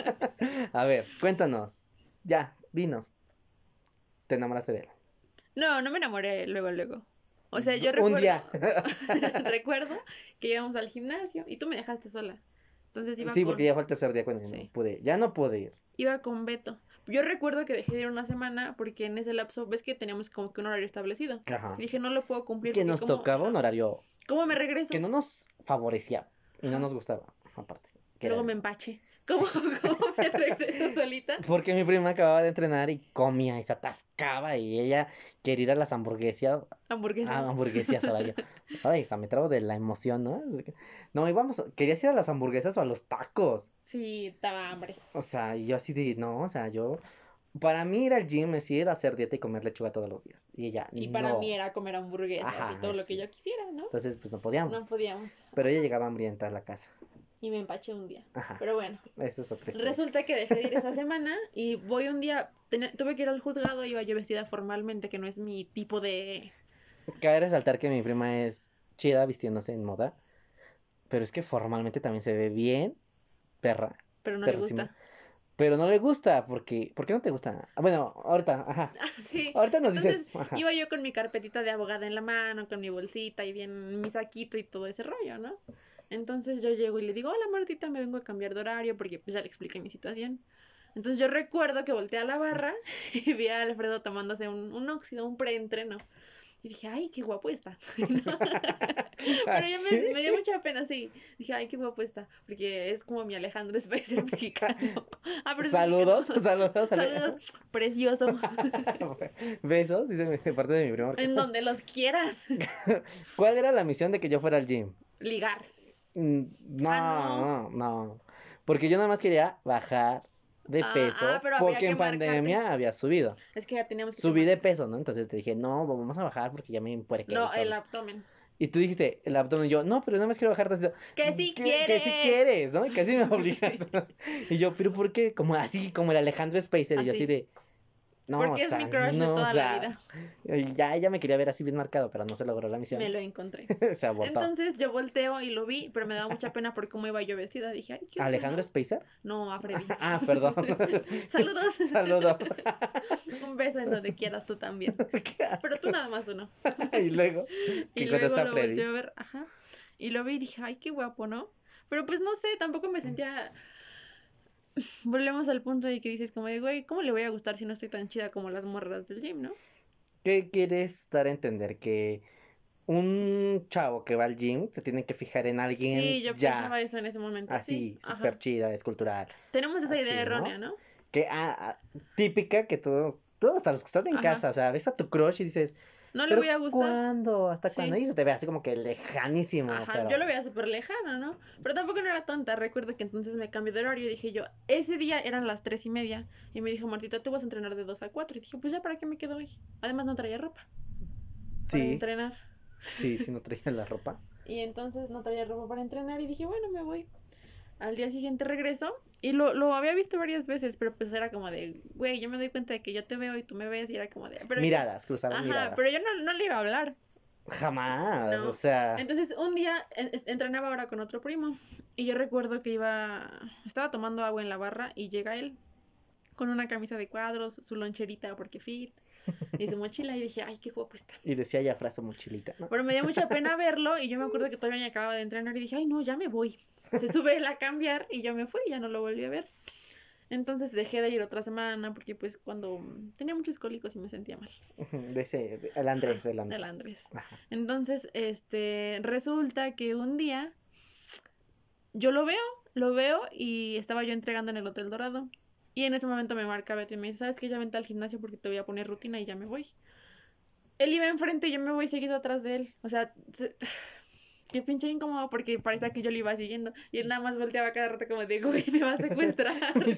A ver, cuéntanos. Ya, dinos. ¿Te enamoraste de él? No, no me enamoré luego, luego. O sea, yo Un recuerdo, día. recuerdo que íbamos al gimnasio y tú me dejaste sola. Entonces iba Sí, porque con, ya fue el tercer día cuando ya no sí, pude. Ya no pude ir. iba con Beto. Yo recuerdo que dejé de ir una semana porque en ese lapso, ves que teníamos como que un horario establecido. Ajá. Y dije, no lo puedo cumplir Que porque nos cómo, tocaba un ajá, horario ¿cómo me regreso? que no nos favorecía y no Ajá. nos gustaba, aparte. Que Luego era... me empaché. ¿Cómo, Sí. cómo me regreso solita? Porque mi prima acababa de entrenar y comía y se atascaba y ella quería ir a las hamburguesas. Ah, Hamburguesas. hamburguesas ahora yo. Ay, o sea, me trago de la emoción, ¿no? Es que- No, íbamos, querías ir a las hamburguesas o a los tacos. Sí, estaba hambre. O sea, y yo así de, no, o sea, yo, para mí ir al gym es ir a hacer dieta y comer lechuga todos los días. Y ella, Y para mí no. era comer hamburguesas y Ajá, todo lo que sí. yo quisiera, ¿no? Entonces, pues no No podíamos. podíamos. Pero ella llegaba hambrienta a la casa. Y me empaché un día. Ajá, Pero bueno, esa es otra historia. resulta que dejé de ir esa semana y voy un día, ten- tuve que ir al juzgado, iba yo vestida formalmente, que no es mi tipo de... Cabe resaltar que mi prima es chida vistiéndose en moda, pero es que formalmente también se ve bien, perra, Pero no le perrísima. gusta. Pero no le gusta, porque, ¿por qué no te gusta? Ah, bueno, ahorita, ajá. Ah, sí. Ahorita nos Entonces dices, ajá. iba yo con mi carpetita de abogada en la mano, con mi bolsita y bien mi saquito y todo ese rollo, ¿no? Entonces yo llego y le digo, hola Martita, me vengo a cambiar de horario porque pues ya le expliqué mi situación. Entonces yo recuerdo que volteé a la barra y vi a Alfredo tomándose un, un óxido, un preentreno. Y dije, ay, qué guapo está. ¿No? Pero ya me, ¿Así? me dio mucha pena, sí. Dije, ay, qué guapo está. Porque es como mi Alejandro Spicer mexicano. Ah, pero es mexicano. Saludos, saludos, Ale- Saludos, precioso. Besos, dice mi- de parte de mi primo. En donde los quieras. ¿Cuál era la misión de que yo fuera al gym? Ligar. Mm, Ah, no. No, no, no. Porque yo nada más quería bajar de Ah, ah, peso, pero había porque que en marcarte. pandemia había subido. Es que ya teníamos que Subí tomar. de peso, ¿no? Entonces te dije, no, vamos a bajar porque ya me empuerqué y No, todo el eso. abdomen. Y tú dijiste, el abdomen, y yo, no, pero nada más quiero bajar tantito. Que si Que, que si quieres. quieres, ¿no? Y casi me obligas. Sí, Y yo, pero ¿por qué? Como así, como el Alejandro Spacer. Y yo así así. de, no, o Porque es mi sea, crush de no, o toda la sea. vida. Y ya ella me quería ver así bien marcado, pero no se logró la misión. Me lo encontré. Se abortó. Entonces yo volteo y lo vi, pero me daba mucha pena por cómo iba yo vestida. Dije, ay, qué oso, ¿no? ¿Alejandro Spacer? No, a Freddy. Ah, perdón. Saludos. Saludos. Un beso en donde quieras tú también. Qué Pero tú asco. nada más uno. Y luego, que Y luego encontraste a lo Freddy. volteé a ver, ajá. Y lo vi y dije, ay, qué guapo, ¿no? Pero pues no sé, tampoco me sentía. Volvemos al punto de que dices, como de, güey, ¿cómo le voy a gustar si no estoy tan chida como las morras del gym, ¿no? ¿Qué quieres dar a entender? Que un chavo que va al gym se tiene que fijar en alguien Sí, yo ya pensaba eso en ese momento, sí, así, súper ajá. chida, escultural, Tenemos esa idea así, errónea, ¿no? ¿no? Que ah, ah, típica que todos, todos hasta los que están en Ajá. casa, o sea, ves a tu crush y dices, No le voy pero a gustar, ¿cuándo? ¿Hasta cuándo? sí. Y se te ve así como que lejanísimo, Ajá, yo pero lo veía súper lejano, ¿no? Pero tampoco no era tonta. Recuerdo que entonces me cambié de horario y dije yo, ese día eran las tres y media. Y me dijo, Martita, tú vas a entrenar de dos a cuatro. Y dije, pues ya, ¿para qué me quedo hoy? Además no traía ropa para sí, entrenar. sí, sí, no traía la ropa. Y entonces no traía ropa para entrenar y dije, bueno, me voy. Al día siguiente regreso y lo, lo había visto varias veces, pero pues era como de, güey, yo me doy cuenta de que yo te veo y tú me ves y era como de, pero, Miradas, cruzaron ajá, miradas. pero yo no, no le iba a hablar. Jamás, o No. sea, Entonces, un día en- es- entrenaba ahora con otro primo y yo recuerdo que iba, estaba tomando agua en la barra y llega él con una camisa de cuadros, su loncherita porque fit, y su mochila, y dije, ay, qué guapo está. Y decía ya frase mochilita, ¿no? Pero me dio mucha pena verlo, y yo me acuerdo que todavía ni acababa de entrenar, y dije, ay, no, ya me voy. Se sube él a cambiar, y yo me fui, y ya no lo volví a ver. Entonces dejé de ir otra semana, porque pues cuando tenía muchos cólicos y me sentía mal. De ese, de- el Andrés, Ajá, el Andrés. el Andrés. Ajá. Entonces, este, resulta que un día yo lo veo, lo veo y estaba yo entregando en el Hotel Dorado. Y en ese momento me marca Beto y me dice, ¿sabes qué? Ya vente al gimnasio porque te voy a poner rutina y ya me voy. Él iba enfrente y yo me voy seguido atrás de él. O sea, se- qué pinche incómodo porque parecía que yo lo iba siguiendo. Y él nada más volteaba cada rato como de, güey, me va a secuestrar.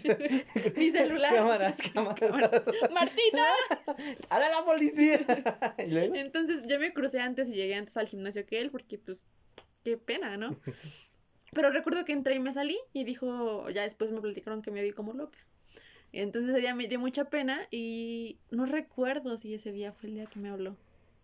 Mi celular. Cámaras, cámaras. Cámara. ¡Martina! ¡Ahora la policía! ¿Y luego? Entonces yo me crucé antes y llegué antes al gimnasio que él porque pues qué pena, ¿no? Pero recuerdo que entré y me salí y dijo, ya después me platicaron que me vi como loca. Entonces ese día me dio mucha pena y no recuerdo si ese día fue el día que me habló.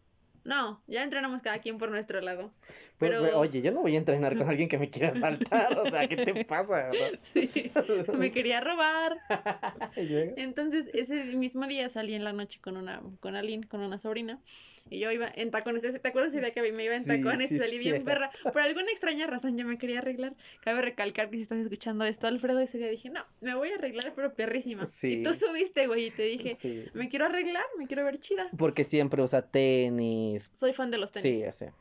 No, ya entrenamos cada quien por nuestro lado. Pues, Pero oye, yo no voy a entrenar con alguien que me quiera asaltar, o sea, ¿qué te pasa? sí, me quería robar. ¿Y luego? Entonces ese mismo día salí en la noche con una, con Aline, con una sobrina. Y yo iba en tacones. ¿Te acuerdas de que me iba en Sí, tacones y sí, salí bien cierto. perra? Por alguna extraña razón yo me quería arreglar. Cabe recalcar que si estás escuchando esto, Alfredo, ese día dije, no, me voy a arreglar, pero perrísima. Y tú Sí, subiste, güey, y te dije, sí. me quiero arreglar, me quiero ver chida. Porque siempre usa tenis. Soy fan de los Sí, tenis. así.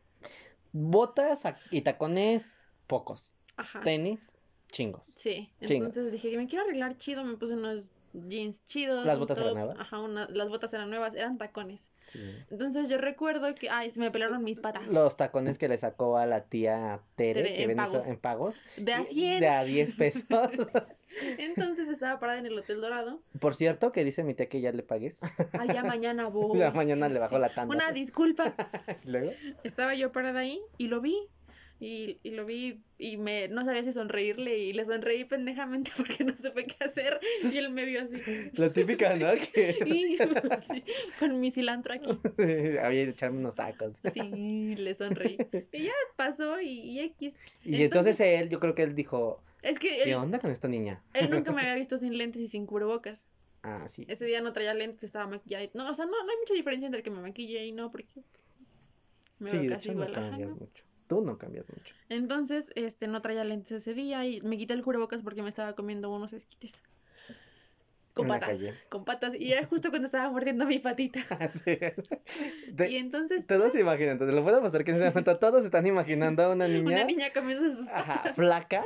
Botas a- y tacones, pocos. Ajá, Tenis, chingos. sí. Chingos. Entonces dije, me quiero arreglar chido, me puse unos jeans chidos, ¿Las un botas eran top, nuevas? ajá, una, las botas eran nuevas, eran tacones. Sí. Entonces yo recuerdo que, ay, se me pelaron mis patas. Los tacones que le sacó a la tía Tere, que En vende eso pagos. en pagos. De a y- cien. De a diez pesos. Entonces estaba parada en el Hotel Dorado. Por cierto, que dice mi tía que ya le pagues. Ay, ya mañana La voy. mañana le bajó Sí. la tanda. Una disculpa. Luego. Estaba yo parada ahí y lo vi. Y, y lo vi y me no sabía si sonreírle y le sonreí pendejamente porque no supe qué hacer y él me vio así. La típica, ¿no? Que Y así, con mi cilantro aquí. había echarme unos tacos. Sí, le sonreí. Y ya pasó y, y X. Y entonces Entonces, él, yo creo que él dijo, es que ¿qué él, onda con esta niña? él nunca me había visto sin lentes y sin cubrebocas. Ah, sí. Ese día no traía lentes, estaba maquillada. No, o sea, no, no hay mucha diferencia entre que me maquille y no, porque me veo Sí, de casi hecho no igual, ajá, cambias ¿no? mucho. Tú no cambias mucho. Entonces, este, no traía lentes ese día y me quité el cubrebocas porque me estaba comiendo unos esquites. Con En la patas, calle. con patas. Y era justo cuando estaba mordiendo mi patita. Sí. Y Te- entonces, todos se imaginan, te lo puedo pasar que en ese momento todos están imaginando a una una niña, niña comiendo sus ajá, patas. flaca,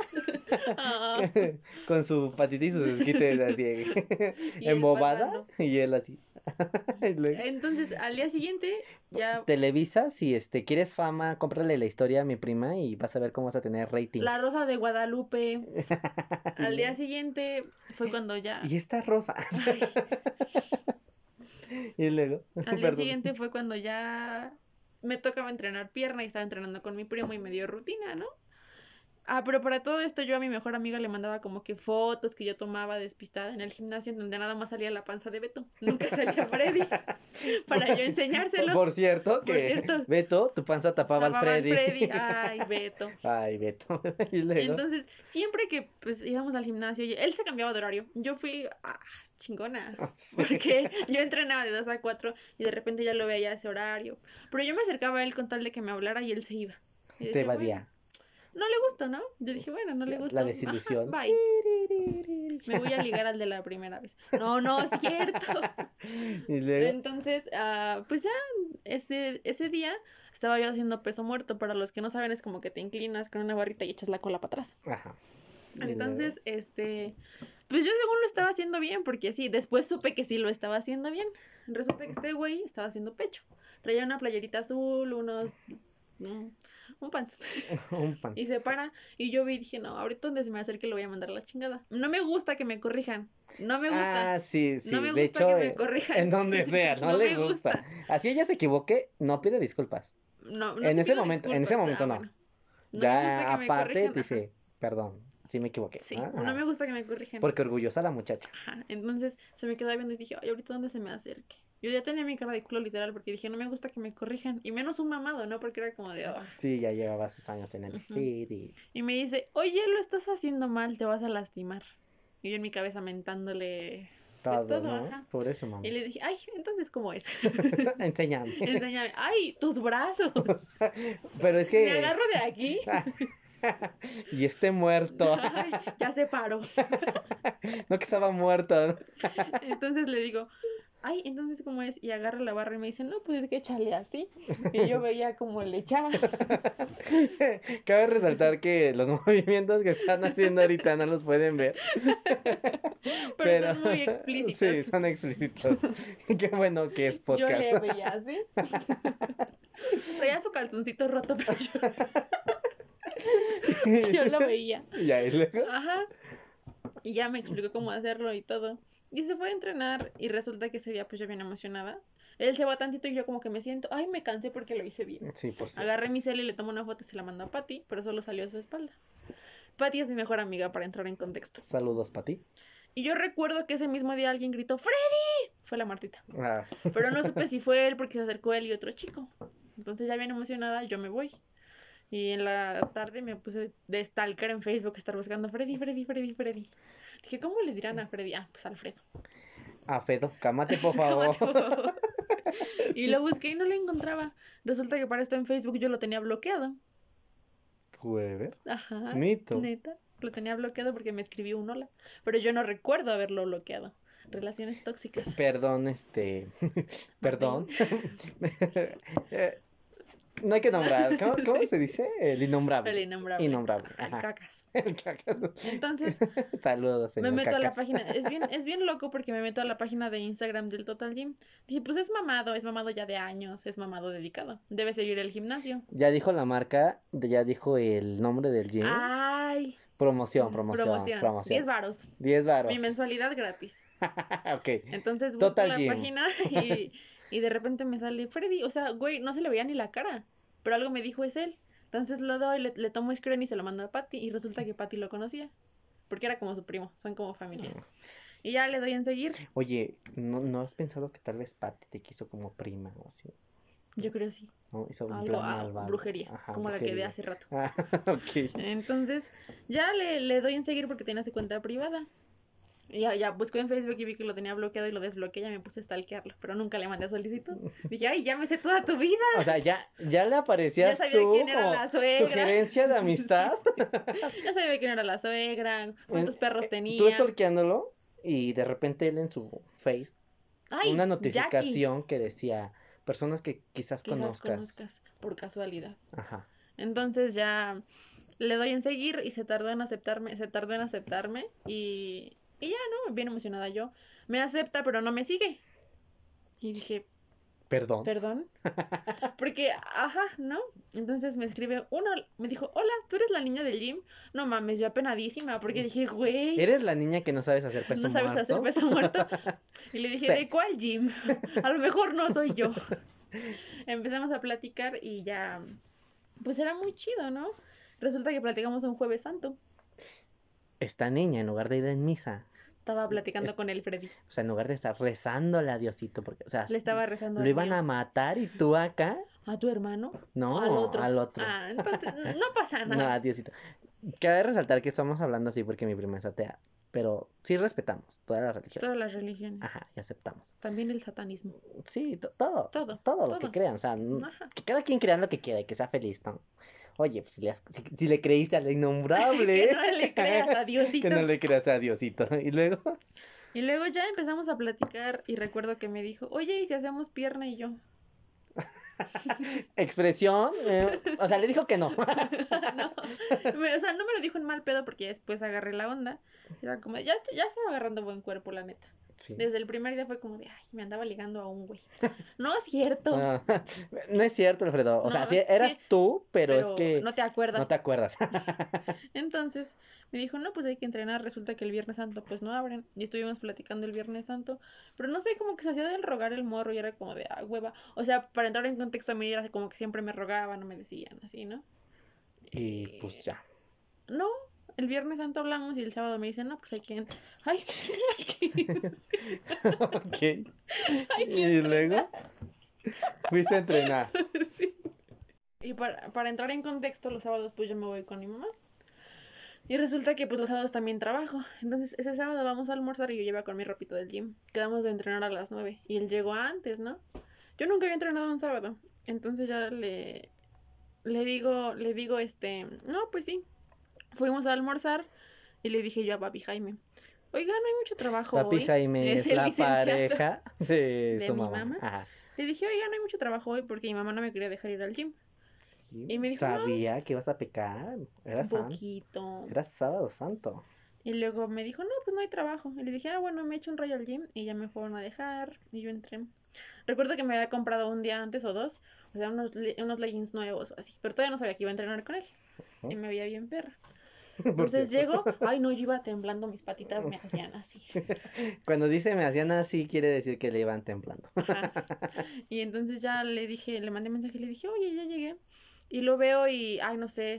Ah, con su patita y sus esquites así, y él embobada, pasando. y él así. Y luego, Entonces, al día siguiente, ya Televisa, si este quieres fama, cómprale la historia a mi prima y vas a ver cómo vas a tener rating. La Rosa de Guadalupe. Y Al día luego, siguiente fue cuando ya. y esta rosa. Ay, Y luego, al día perdón. siguiente fue cuando ya me tocaba entrenar pierna y estaba entrenando con mi primo y me dio rutina, ¿no? Ah, pero para todo esto yo a mi mejor amiga le mandaba como que fotos que yo tomaba despistada en el gimnasio en donde nada más salía la panza de Beto. Nunca salía Freddy para yo enseñárselo. Por cierto, Por que cierto, Beto, tu panza tapaba al tapaba al Freddy. Freddy. Ay, Beto. Ay, Beto. Y luego, Entonces, siempre que pues íbamos al gimnasio, y- él se cambiaba de horario. Yo fui ah, chingona. sí. Porque yo entrenaba de dos a cuatro y de repente ya lo veía a ese horario. Pero yo me acercaba a él con tal de que me hablara y él se iba. Y Te decía, bueno, evadía. no le gustó, ¿no? Yo dije, bueno, no le La gustó. Ajá, desilusión. bye. Me voy a ligar al de la primera vez. No, no es cierto. Y luego, Entonces, ah, pues ya ese, ese día estaba yo haciendo peso muerto. Para los que no saben, es como que te inclinas con una barrita y echas la cola para atrás. ajá. Y luego, Entonces, este, pues yo según lo estaba haciendo bien, porque sí, después supe que sí lo estaba haciendo bien. Resulta que este güey estaba haciendo pecho. Traía una playerita azul, unos, un, un pants. un Y se pants. para, y yo vi y dije, no, ahorita donde se me acerque le voy a mandar a la chingada. No me gusta que me corrijan. No me gusta. Ah, sí, No sí. me De gusta hecho, que me eh, corrijan. en donde sea, no, No le me gusta. gusta. Así ella se equivoque, no pide disculpas. No, no En sí ese pido momento, en ese disculpas. Ah, momento no. bueno. No me gusta Ya que me aparte corrijan. Ajá. dice, perdón, sí me equivoqué. Sí, Ah, no ajá. me gusta que me corrijan. Porque orgullosa la muchacha. Ajá. Entonces se me quedó viendo y dije, ay, ahorita dónde se me acerque. Yo ya tenía mi cara de culo literal porque dije, no me gusta que me corrijan. Y menos un mamado, ¿no? Porque era como de, oh. Sí, ya llevaba sus años en el Ujú. feed y... Y me dice, oye, lo estás haciendo mal, te vas a lastimar. Y yo en mi cabeza mentándole Todo, todo, ¿no? ajá. Por eso, mamá. Y le dije, ay, entonces, ¿cómo es? Enséñame. Enséñame, ay, tus brazos. Pero es Me que... agarro de aquí. Y este muerto. Ay, ya se paró. No que estaba muerto. Entonces le digo, ay, entonces, ¿cómo es? Y agarra la barra y me dice, no, pues es que échale así. Y yo veía como le echaba. Cabe resaltar que los movimientos que están haciendo ahorita no los pueden ver. Pero, Pero son muy explícitos. sí, son explícitos. Qué bueno que es Yo podcast. le veía así. Traía su calzoncito roto, pero yo, yo lo veía. Ya, y luego. Ajá. Y ya me explicó cómo hacerlo y todo. Y se fue a entrenar y resulta que ese día pues yo bien emocionada. Él se va tantito y yo como que me siento, ay, me cansé porque lo hice bien. Sí, por cierto. Agarré mi cel y le tomo una foto y se la mandó a Patty, pero solo salió a su espalda. Patty es mi mejor amiga para entrar en contexto. Saludos para ti. Y yo recuerdo que ese mismo día alguien gritó, ¡Freddy! Fue la Martita. Ah. Pero no supe si fue él porque se acercó él y otro chico. Entonces ya bien emocionada, yo me voy. Y en la tarde me puse de stalker en Facebook a estar buscando Freddy, Freddy, Freddy, Freddy. Dije, ¿cómo le dirán a Freddy? Ah, pues Alfredo. A Fedo, cámate por favor. Cámate, por favor. Y lo busqué y no lo encontraba. Resulta que para esto en Facebook yo lo tenía bloqueado. ¿Puede ver? Ajá. Mito. Neta. Lo tenía bloqueado porque me escribió un hola. Pero yo no recuerdo haberlo bloqueado. Relaciones tóxicas. Perdón, este. Perdón. Eh, No hay que nombrar. ¿Cómo, cómo Sí. se dice? El innombrable. El innombrable. Innombrable. Ajá, el Ajá. cacas. El cacas. Entonces, Saludos, señor me meto a la Cacas. página. Es bien, es bien loco porque me meto a la página de Instagram del Total Gym. Dije, pues es mamado, es mamado ya de años, es mamado dedicado. Debe seguir el gimnasio. Ya dijo la marca, ya dijo el nombre del gym. Ay. Promoción, promoción, Promoción. promoción. diez varos. diez varos. Mi mensualidad gratis. Ok. Entonces busco Total la Gym. página y, y de repente me sale Freddy. O sea, güey, no se le veía ni la cara. Pero algo me dijo es él. Entonces lo doy, le, le tomo screen y se lo mando a Patty. Y resulta que Patty lo conocía. Porque era como su primo, son como familia. Y ya le doy en seguir. Oye, ¿no, ¿no has pensado que tal vez Patty te quiso como prima o así? Yo creo sí. ¿No? Hizo un Algo, plan ah, malvado. brujería. Ajá, Como la que de brujería. hace rato. Ah, ok. Entonces, ya le, le doy en seguir porque tiene su cuenta privada. Y ya, ya busco en Facebook y vi que lo tenía bloqueado y lo desbloqueé. Ya me puse a stalkearlo, pero nunca le mandé solicitud. Dije, ay, ya me sé toda tu vida. O sea, ya, ya le aparecías Ya sabía tú quién era como la suegra. sugerencia de amistad. Ya sabía quién era la suegra, cuántos Eh, perros eh, tenía. Tú stalkeándolo y de repente él en su face Ay, una Jackie, notificación que decía personas que quizás quizás conozcas. conozcas por casualidad. Ajá. Entonces ya le doy en seguir y se tardó en aceptarme, se tardó en aceptarme y, y ya, ¿no? Bien emocionada yo. Me acepta, pero no me sigue. Y dije, Perdón. ¿perdón? Porque, ajá, ¿no? Entonces me escribe uno, me dijo, hola, ¿tú eres la niña del gym? No mames, yo apenadísima, porque dije, güey, ¿Eres la niña que no sabes hacer peso ¿no sabes hacer muerto? peso muerto? Y le dije, Sí. ¿de cuál gym? A lo mejor no soy yo. Empezamos a platicar y ya, pues era muy chido, ¿no? Resulta que platicamos un jueves santo. Esta niña, en lugar de ir en misa, Estaba platicando Es- con el Freddy. o sea, en lugar de estar rezándole a Diosito, porque, o sea, Le estaba rezando lo al iban mío. a matar y tú acá, ¿A tu hermano? no, ¿O al otro? al otro. Ah, entonces no pasa No, nada. a Diosito. Cabe resaltar que estamos hablando así porque mi prima es atea, pero sí respetamos todas las religiones. Todas las religiones. Ajá, y aceptamos. También el satanismo. Sí, to- todo, Todo, todo lo todo. que crean, o sea, n- Ajá. que cada quien crea lo que quiera y que sea feliz, ¿no? Oye, pues si le, has- si, si le creíste al innombrable, Que no le creas a que Diosito. no le creas a Diosito. Y luego, Y luego ya empezamos a platicar y recuerdo que me dijo, oye, ¿y si hacemos pierna? Y yo, expresión, eh, o sea, le dijo que no. no, me- o sea, no me lo dijo en mal pedo porque después agarré la onda. Era como, ya, ya estaba agarrando buen cuerpo, la neta. Sí. Desde el primer día fue como de, ay, me andaba ligando a un güey. No es cierto. Ah, no es cierto, Alfredo. O sea, No, sí eras sí, tú, pero, es pero que no te acuerdas. no te acuerdas. Entonces me dijo, no, pues hay que entrenar. Resulta que el Viernes Santo pues no abren. Y estuvimos platicando el Viernes Santo. Pero no sé, como que se hacía del rogar el morro y era como de, ah, hueva. O sea, para entrar en contexto a mí era como que siempre me rogaban o me decían así, ¿no? Y Eh, pues ya. no, el Viernes Santo hablamos y el sábado me dicen, no, pues hay que... ent- Ay, hay que... Ok. hay que Y luego entrenar. fuiste a entrenar. Sí. Y para, para entrar en contexto, los sábados pues yo me voy con mi mamá. Y resulta que pues los sábados también trabajo. Entonces ese sábado vamos a almorzar y yo llevo con mi ropito del gym. Quedamos de entrenar a las nueve y él llegó antes, ¿no? Yo nunca había entrenado un sábado. Entonces ya le, le digo, le digo, este, no, pues sí. Fuimos a almorzar y le dije yo a papi Jaime, oiga, no hay mucho trabajo Papi hoy. Jaime Es es el la licenciado pareja de de su mi mamá. mamá. Ajá. Le dije, oiga, no hay mucho trabajo hoy porque mi mamá no me quería dejar ir al gym. Sí, Y me dijo, no, sabía que ibas a pecar. Era un san, poquito. era sábado santo. Y luego me dijo, no, pues no hay trabajo. Y le dije, ah, bueno, me echo un rayo al gym. Y ya me fueron a dejar. Y yo entré. Recuerdo que me había comprado un día antes o dos, o sea, unos, le- unos leggings nuevos o así. Pero todavía no sabía que iba a entrenar con él. Y Ujú. me veía bien perra. Por Entonces cierto. llego, ay no, yo iba temblando, mis patitas me hacían así. Cuando dice me hacían así, quiere decir que le iban temblando. Ajá. Y entonces ya le dije, le mandé mensaje y le dije, oye, ya llegué. Y lo veo y, ay, no sé.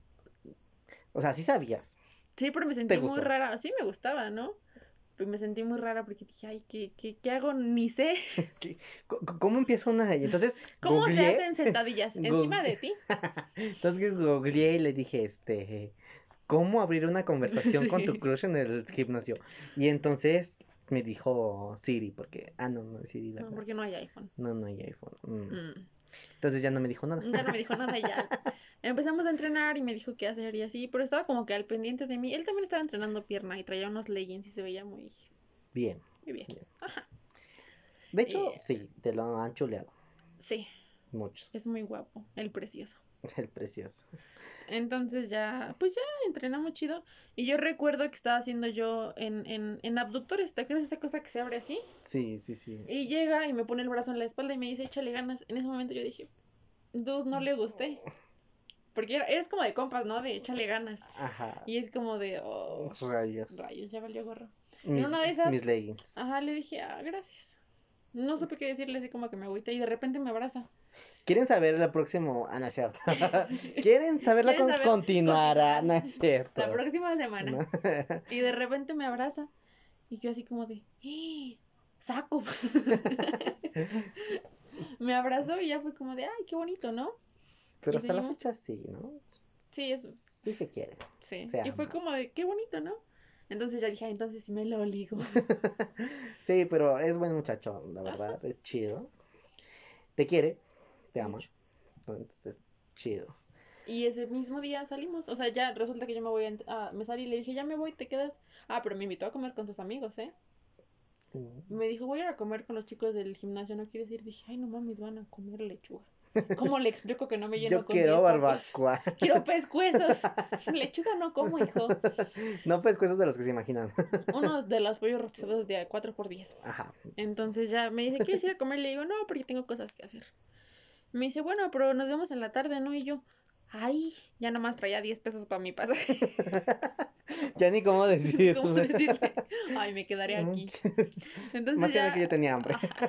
O sea, sí sabías. Sí, pero me ¿Te sentí muy gustó? rara. Sí me gustaba, ¿no? Pero me sentí muy rara porque dije, ay, ¿qué, qué, qué hago? Ni sé. ¿Qué- co- co- ¿Cómo empieza una? Y entonces ¿Cómo se googleé. hacen sentadillas? go- ¿Encima de ti? Entonces googleé y le dije, este, ¿cómo abrir una conversación con tu Sí. crush en el gimnasio? Y entonces me dijo Siri, porque, ah, no, no es Siri, No, ¿verdad? porque no hay iPhone. No, no hay iPhone. Mm. Mm. Entonces ya no me dijo nada. Ya no me dijo nada y ya empezamos a entrenar y me dijo qué hacer y así, pero estaba como que al pendiente de mí. Él también estaba entrenando pierna y traía unos leggings y se veía muy, Bien, muy bien. bien. Ajá. De hecho, Eh, sí, te lo han chuleado. sí, Muchos. es muy guapo, el precioso. El precioso. Entonces ya, pues ya entrenamos chido. Y yo recuerdo que estaba haciendo yo en, en, en abductores, ¿te acuerdas de esta cosa que se abre así? Sí, sí, sí. Y llega y me pone el brazo en la espalda y me dice, échale ganas. En ese momento yo dije, dude, no le gusté. Porque era, eres como de compas, ¿no? De échale ganas. Ajá. Y es como de, oh, Rayos. rayos, ya valió gorro. En Mis, una de esas, mis leggings. ajá, le dije, ah, gracias. No supe qué decirle, así como que me agüita y de repente me abraza. ¿Quieren saber el próximo? Ah, no es cierto. ¿Quieren saber la ¿Quieren con... saber? continuará? Continuar No es la cierto. próxima semana. No. Y de repente me abraza. Y yo así como de, ¡eh! ¡Saco! Me abrazó y ya fue como de, ay, qué bonito, ¿no? Pero Y hasta la seguimos. fecha sí, ¿no? Sí, es, Sí se quiere. sí. Se Y fue ama. como de, qué bonito, ¿no? Entonces ya dije, ay, entonces sí me lo ligo. Sí, pero es buen muchacho, la Ajá, verdad. Es chido. Te quiere, te ama. mucho. Entonces, chido. Y ese mismo día salimos. O sea, ya resulta que yo me voy a, ent- a me salí y le dije, ya me voy, te quedas. Ah, pero me invitó a comer con sus amigos, ¿eh? Mm. Me dijo, voy a ir a comer con los chicos del gimnasio, ¿no quieres ir? Dije, ay, no mames, van a comer lechuga. ¿Cómo le explico que no me lleno Yo con quiero diez tacos? barbacoa. Quiero pescuezos. Lechuga no como, hijo. No pues cosas de los que se imaginan. Unos de los pollos rostizados de cuatro por diez. Ajá. Entonces ya me dice, ¿quieres ir a comer? Le digo, no, porque tengo cosas que hacer. Me dice, bueno, pero nos vemos en la tarde, ¿no? Y yo, ay, ya nomás traía diez pesos para mi pasaje. Ya ni cómo ¿Cómo decirle. decirle? Ay, me quedaré aquí. Más Entonces que nada que ya, yo tenía hambre. ajá,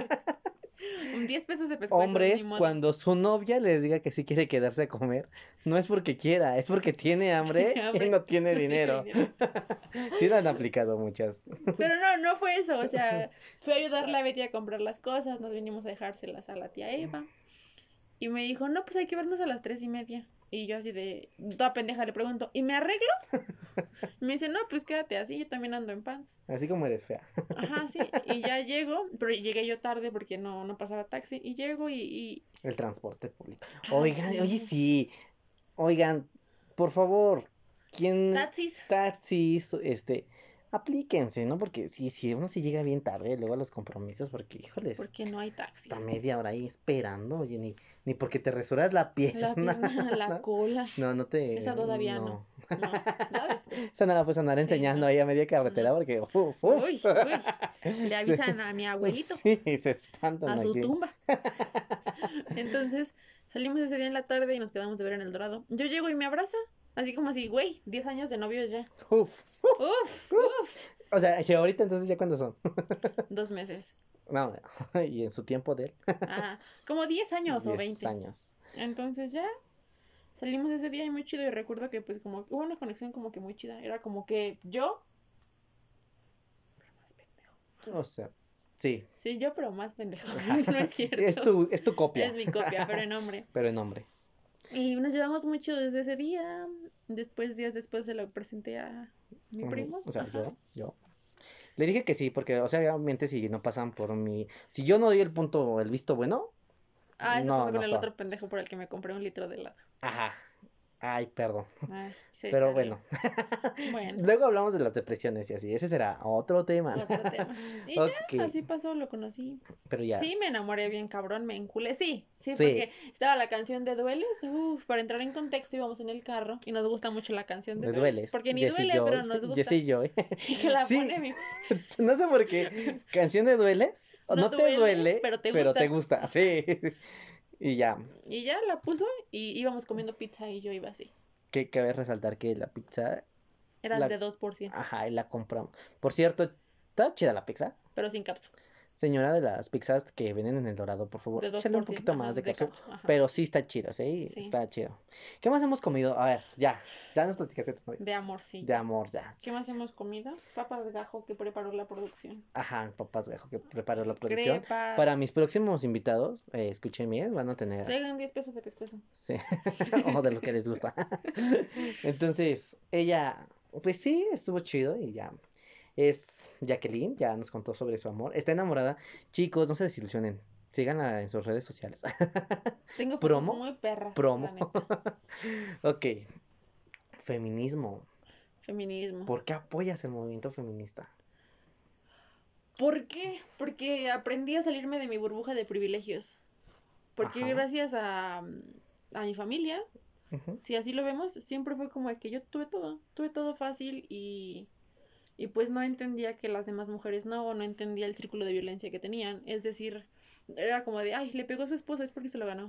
un diez pesos de pescuezos, ni Hombres, modo. cuando su novia les diga que sí quiere quedarse a comer, no es porque quiera, es porque tiene hambre Tiene y hambre, no tiene no tiene dinero. dinero. Sí lo han aplicado muchas. Pero no, no fue eso. O sea, fui a ayudarle a Betty a comprar las cosas. Nos vinimos a dejárselas a la tía Eva. Y me dijo, no, pues hay que vernos a las tres y media. Y yo así de, toda pendeja le pregunto, ¿y me arreglo? Y me dice, no, pues quédate así, yo también ando en pants. Así como eres fea. Ajá, sí. Y ya llego, pero llegué yo tarde porque no, no pasaba taxi. Y llego y, y... El transporte público. Ay, Oigan, oye, sí. sí. Oigan, por favor, ¿quién Taxis. taxis, este, aplíquense, ¿no? Porque si, si uno sí llega bien tarde, luego a los compromisos, porque, híjoles, Porque no hay está taxis. media hora ahí esperando, oye, ni, ni porque te resuras la La pierna, pierna, la ¿no? cola. No, no te, Esa todavía no. no. No, ya después. Esa no la puedes andar Sí, enseñando no. ahí a media No. carretera porque, uf, Uy, uf. uy. Le Sí, avisan a mi abuelito sí, se espantan a su aquí. tumba. Entonces salimos ese día en la tarde y nos quedamos de ver en el Dorado. Yo llego y me abraza. Así como así, güey, diez años de novios ya. Uf, uf, Uf, uf. uf. O sea, que ahorita entonces ya cuántos son. Dos meses. No, y en su tiempo de él, Ajá. Como diez años o diez veinte. años. Entonces ya salimos ese día y muy chido. Y recuerdo que pues como hubo una conexión como que muy chida. Era como que yo, pero más pendejo. O sea, sí, Sí, yo, pero más pendejo. ajá. No es Es cierto. tu, es tu Es copia, mi copia, pero en hombre. pero en nombre. Y nos llevamos mucho desde ese día. Después, días después, se lo presenté a mi A mí, primo. o sea, Ajá. yo, yo. Le dije que sí, porque, o sea, obviamente si no pasan por mi... Si yo no doy el punto, el visto bueno, Ah, eso no, pasó no con el son. otro pendejo por el que me compré un litro de helado. Ajá. Ay, perdón. Ay, se Pero salió. bueno. Bueno, Luego hablamos de las depresiones y así. Ese será otro tema. otro tema. Y ya, Ok, así pasó, lo conocí. pero ya. Sí, me enamoré bien cabrón, me enculé. Sí, sí, Sí, porque estaba la canción de Dueles. Uf, para entrar en contexto íbamos en el carro y nos gusta mucho la canción de me Dueles. dueles. Porque ni Jessie duele, pero Joy. nos gusta. Jessie Joy. Y que la Sí, pone mi... no sé por qué. Canción de dueles. O No no te duele, duele, pero te pero te gusta. gusta. Sí. Y ya. Y ya la puso y íbamos comiendo pizza y yo iba así. Que cabe resaltar que la pizza. Eran La... de dos por cien, Ajá, y la compramos. Por cierto, está chida la pizza. pero sin cápsula. Señora de las pizzas que venden en El Dorado, por favor, De dos échale un por cien, poquito ajá, más de de cápsula. cápsula, ajá. Pero sí está chido, sí, Sí, está chido. ¿Qué más hemos comido? A ver, ya, ya nos platicaste de tu novio. de De amorcillo. amor, ya. ¿Qué más hemos comido? Papas de gajo que preparó la producción. Ajá, papás gajo que preparó la producción. Crepas. Para mis próximos invitados, eh, escuchen bien, van a tener, Traigan diez pesos de pescuezo. sí, o de lo que les gusta. Entonces, ella, pues sí, estuvo chido y ya. Es Jacqueline, ya nos contó sobre su amor. Está enamorada. Chicos, no se desilusionen. Síganla en sus redes sociales. Tengo fotos Promo, muy perras, la promo. neta. Ok, feminismo. Feminismo. ¿Por qué apoyas el movimiento feminista? ¿Por qué? Porque aprendí a salirme de mi burbuja de privilegios. Porque Ajá. gracias a, a mi familia, Ujú. si así lo vemos, siempre fue como de que yo tuve todo. Tuve todo fácil y, y pues no entendía que las demás mujeres no, o no entendía el círculo de violencia que tenían. Es decir, era como de, ay, le pegó a su esposo, es porque se lo ganó.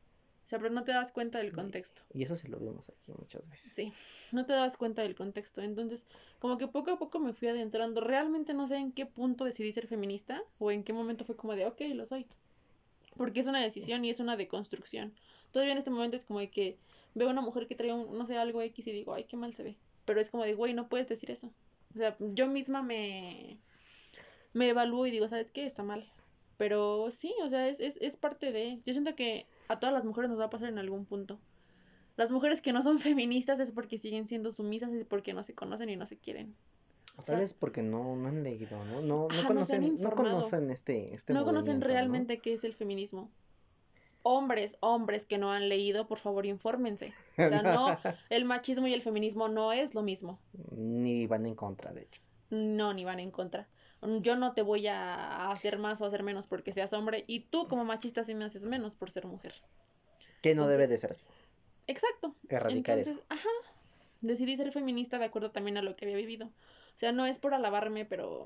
O sea, pero no te das cuenta del Sí. contexto. Y eso sí lo vimos aquí muchas veces. Sí, no te das cuenta del contexto. Entonces, como que poco a poco me fui adentrando. Realmente no sé en qué punto decidí ser feminista o en qué momento fue como de, ok, lo soy. Porque es una decisión y es una deconstrucción. Todavía en este momento es como de que veo a una mujer que trae un, no sé, algo X y digo, ay, qué mal se ve. Pero es como de, güey, no puedes decir eso. O sea, yo misma me, me evalúo y digo, ¿sabes qué? Está mal. Pero sí, o sea, es, es, es parte de... Yo siento que a todas las mujeres nos va a pasar en algún punto. Las mujeres que no son feministas es porque siguen siendo sumisas y porque no se conocen y no se quieren. O O tal sea, vez porque no, no han leído, ¿no? No, no ajá, no se han conocen, no informado. conocen este, este No conocen movimiento, ¿no? realmente qué es el feminismo. Hombres, hombres que no han leído, por favor, infórmense. O sea, no, el machismo y el feminismo no es lo mismo. Ni van en contra, de hecho. No, ni van en contra. Yo no te voy a hacer más o hacer menos porque seas hombre y tú como machista sí me haces menos por ser mujer. Que no debe Entonces, de ser así. exacto. Erradicar eso. Entonces, ajá, decidí ser feminista de acuerdo también a lo que había vivido. O sea, no es por alabarme, pero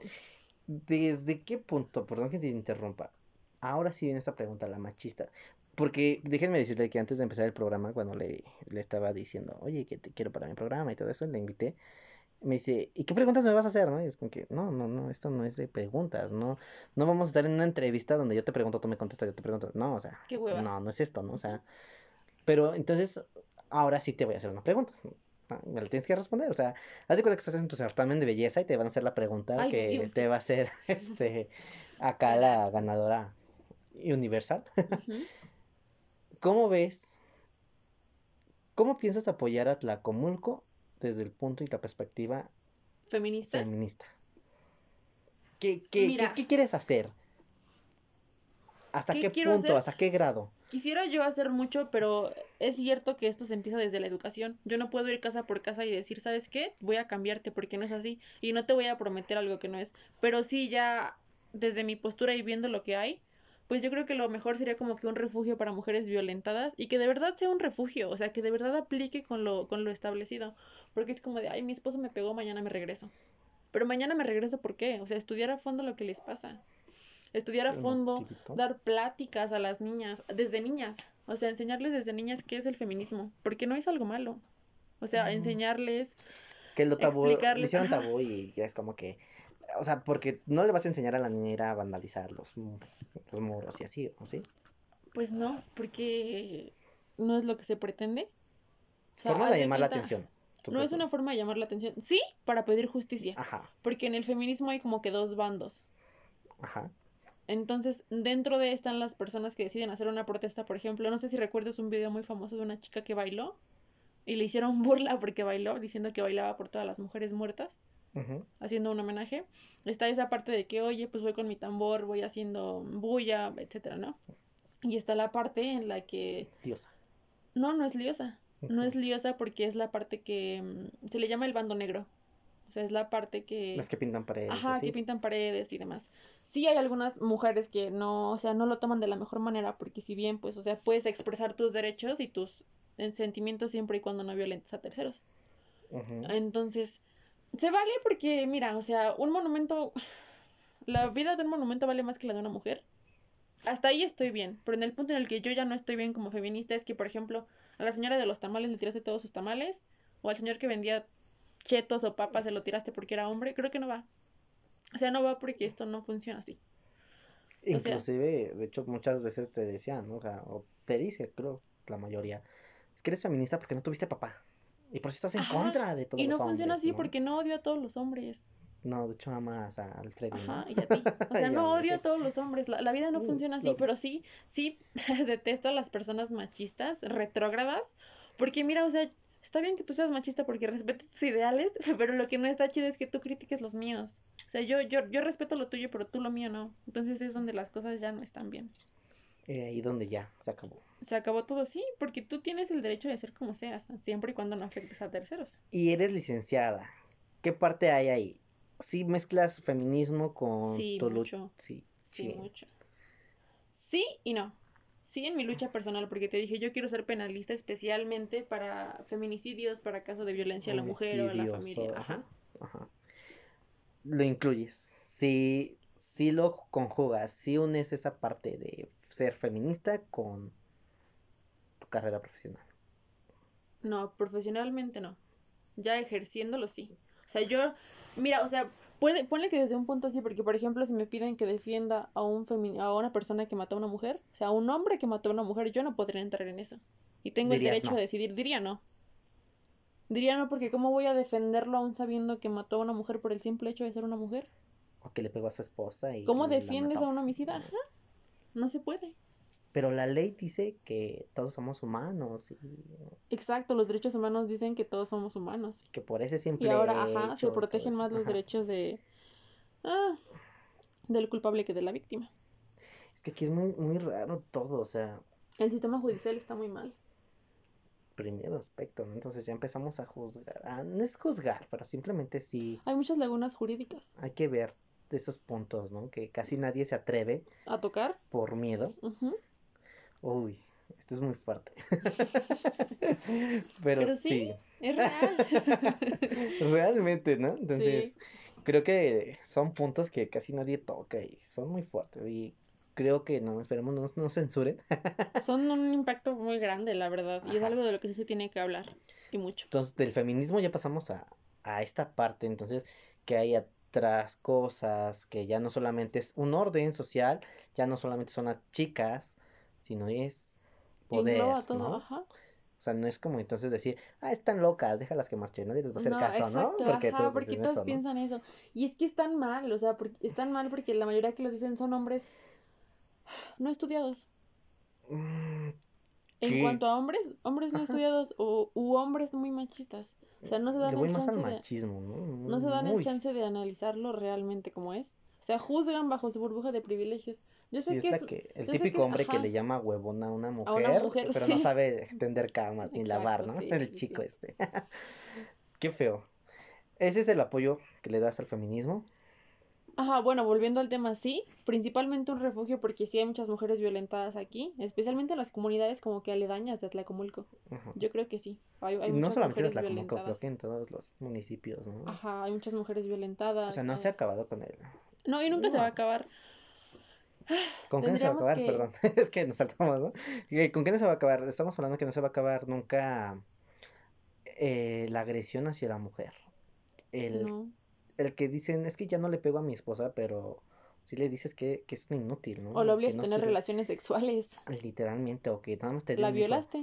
¿Desde qué punto? Perdón que te interrumpa. Ahora sí viene esta pregunta, la machista. Porque déjenme decirle que antes de empezar el programa, cuando le, le estaba diciendo, oye, que te quiero para mi programa y todo eso, le invité, me dice, ¿y qué preguntas me vas a hacer? ¿No? Y es como que, no, no, no, esto no es de preguntas, no, no vamos a estar en una entrevista donde yo te pregunto, tú me contestas, yo te pregunto, no, o sea, qué hueva. no, no es esto, ¿no? O Ujú. sea, pero entonces, ahora sí te voy a hacer una pregunta. Ah, me la tienes que responder, o sea, haz de cuenta que estás en tu certamen de belleza y te van a hacer la pregunta Ay, no, que bien te va a feo. hacer, este, acá Nah. la ganadora universal. Ujú. ¿Cómo ves? ¿Cómo piensas apoyar a Tlacomulco desde el punto y la perspectiva ¿Feminista? feminista? ¿Qué, qué, qué, Mira, qué quieres hacer? ¿Hasta ¿qué qué quiero punto? hacer? ¿Hasta qué grado? Quisiera yo hacer mucho, pero es cierto que esto se empieza desde la educación. Yo no puedo ir casa por casa y decir, ¿sabes qué? Voy a cambiarte porque no es así. Y no te voy a prometer algo que no es. Pero sí, ya desde mi postura y viendo lo que hay, pues yo creo que lo mejor sería como que un refugio para mujeres violentadas y que de verdad sea un refugio, o sea, que de verdad aplique con lo, con lo establecido. Porque es como de, ay, mi esposo me pegó, mañana me regreso. Pero mañana me regreso, ¿por qué? O sea, estudiar a fondo lo que les pasa. Estudiar a El fondo, motivito. dar pláticas a las niñas, desde niñas, o sea, enseñarles desde niñas qué es el feminismo, porque no es algo malo. O sea, enseñarles, Que lo tabú, lo explicarles, hicieron ajá, tabú y ya es como que, o sea, porque no le vas a enseñar a la niñera a vandalizar los, mu- los muros y así, ¿o sí? pues no, porque no es lo que se pretende. O sea, Forma haz de de llamar la cuenta, atención, no es supuesto. una forma de llamar la atención, sí, para pedir justicia, Ajá, porque en el feminismo hay como que dos bandos. ajá. Entonces, dentro de están las personas que deciden hacer una protesta, por ejemplo, no sé si recuerdas un video muy famoso de una chica que bailó y le hicieron burla porque bailó, diciendo que bailaba por todas las mujeres muertas, Ujú. haciendo un homenaje. Está esa parte de que, oye, pues voy con mi tambor, voy haciendo bulla, etcétera, ¿no? Y está la parte en la que Diosa. no, no es liosa. No es liosa Entonces, porque es la parte que mm, se le llama el bando negro. O sea, es la parte las que, que pintan paredes y ajá, que así. pintan paredes y demás. Sí hay algunas mujeres que no, o sea, no lo toman de la mejor manera porque si bien, pues, o sea, puedes expresar tus derechos y tus eh, sentimientos siempre y cuando no violentes a terceros. Ujú. Entonces, se vale porque, mira, o sea, un monumento, la vida de un monumento vale más que la de una mujer. Hasta ahí estoy bien, pero en el punto en el que yo ya no estoy bien como feminista es que, por ejemplo, a la señora de los tamales le tiraste todos sus tamales, o al señor que vendía chetos o papas se lo tiraste porque era hombre, creo que no va. O sea, no va porque esto no funciona así. O sea, Inclusive, de hecho, muchas veces te decían, ¿no? O sea, o te dice, creo, la mayoría, es que eres feminista porque no tuviste papá. Y por eso estás en ajá, contra de todos y los no funciona hombres, así ¿no? porque no odio a todos los hombres. No, de hecho, amas a Alfredi, ¿no? Ajá, y a ti. O sea, Ya no odio a ves. todos los hombres. La, la vida no Mm, funciona así, lo pero ves. sí, sí detesto a las personas machistas, retrógradas. Porque mira, o sea, está bien que tú seas machista porque respetas tus ideales, pero lo que no está chido es que tú critiques los míos. O sea, yo, yo, yo respeto lo tuyo, pero tú lo mío no. Entonces es donde las cosas ya no están bien. Eh, ahí donde ya se acabó. Se acabó todo así, porque tú tienes el derecho de ser como seas, siempre y cuando no afectes a terceros. Y eres licenciada. ¿Qué parte hay ahí? Sí mezclas feminismo con Sí, tu lucha. mucho. Sí, Sí, sí. mucho. Sí y no. Sí en mi lucha personal, porque te dije, yo quiero ser penalista especialmente para feminicidios, para casos de violencia a la mujer o a la Homicidios, familia. todo. Ajá, Ajá. ajá. Lo incluyes. Sí, sí lo conjugas. Sí unes esa parte de ser feminista con tu carrera profesional. No, profesionalmente no. Ya ejerciéndolo sí. O sea, yo, mira, o sea, puede, ponle que desde un punto así, porque por ejemplo, si me piden que defienda a un femi- a una persona que mató a una mujer, o sea, a un hombre que mató a una mujer, yo no podría entrar en eso. Y tengo el Dirías derecho a no. decidir, diría no. Diría no porque ¿cómo voy a defenderlo aún sabiendo que mató a una mujer por el simple hecho de ser una mujer? O que le pegó a su esposa y ¿Cómo la defiendes mató. a un homicida? Ajá, no se puede. Pero la ley dice que todos somos humanos y Exacto, los derechos humanos dicen que todos somos humanos. que por ese Y ahora, simple ajá, se hecho y todo protegen eso. más los Ajá. derechos de, ah, del culpable que de la víctima. Es que aquí es muy, muy raro todo, o sea, El sistema judicial está muy mal. primer aspecto, ¿no? Entonces ya empezamos a juzgar. Ah, no es juzgar, pero simplemente sí Hay muchas lagunas jurídicas hay que ver esos puntos, ¿no? Que casi nadie se atreve a tocar. por miedo. Ujú. Uy, esto es muy fuerte. Pero Pero sí, sí. es real. Realmente, ¿no? Sí, Entonces, creo que son puntos que casi nadie toca y son muy fuertes. Y creo que no, esperemos no nos no censuren. son un impacto muy grande, la verdad. Y es Ajá. algo de lo que sí se tiene que hablar. Y mucho. Entonces, del feminismo ya pasamos a, a esta parte. Entonces, que hay otras cosas, que ya no solamente es un orden social, ya no solamente son las chicas, sino es poder, Engloba todo, ¿no? ajá. O sea, no es como entonces decir, ah, están locas, déjalas que marchen, nadie les va a hacer No, caso, ¿no? exacto, Porque ajá, todos porque dicen todos eso, ¿no? piensan eso. Y es que están mal, o sea, porque, están mal porque la mayoría que lo dicen son hombres no estudiados. Mm, En ¿qué? cuanto a hombres, hombres no Ajá. estudiados o u hombres muy machistas. O sea, no se Le dan voy el más al chance de, machismo, ¿no? no Muy, se dan el muy. chance de analizarlo realmente como es. O sea, juzgan bajo su burbuja de privilegios. Yo Sí, sé es que la es, que, el yo sé típico que, hombre que ajá, le llama huevona a una a una mujer, mujer, pero no sí. sabe tender camas ni lavar, Exacto, ¿no? sí, El sí, chico sí. este. Qué feo. Ese es el apoyo que le das al feminismo. Ajá, bueno, volviendo al tema, sí, principalmente un refugio porque sí hay muchas mujeres violentadas aquí, especialmente en las comunidades como que aledañas de Atlacomulco. Ajá. Yo creo que sí, hay, hay Y no muchas solamente en mujeres Atlacomulco, creo que violentadas. en todos los municipios, ¿no? Ajá, hay muchas mujeres O sea, violentadas. no se ha eh. acabado con él. No, y nunca se va a No. acabar. ¿Con qué no se va a Tendríamos acabar? que... Perdón, es que nos saltamos, ¿no? Eh, ¿Con qué no se va a acabar? Estamos hablando que no se va a acabar nunca eh, la agresión hacia la mujer. El, No. el que dicen, es que ya no le pego a mi esposa, pero si le dices que, que es un inútil, O lo ¿no? Que obligas a no tener sirve relaciones sexuales. literalmente, o que nada más te dio La un hijo. violaste.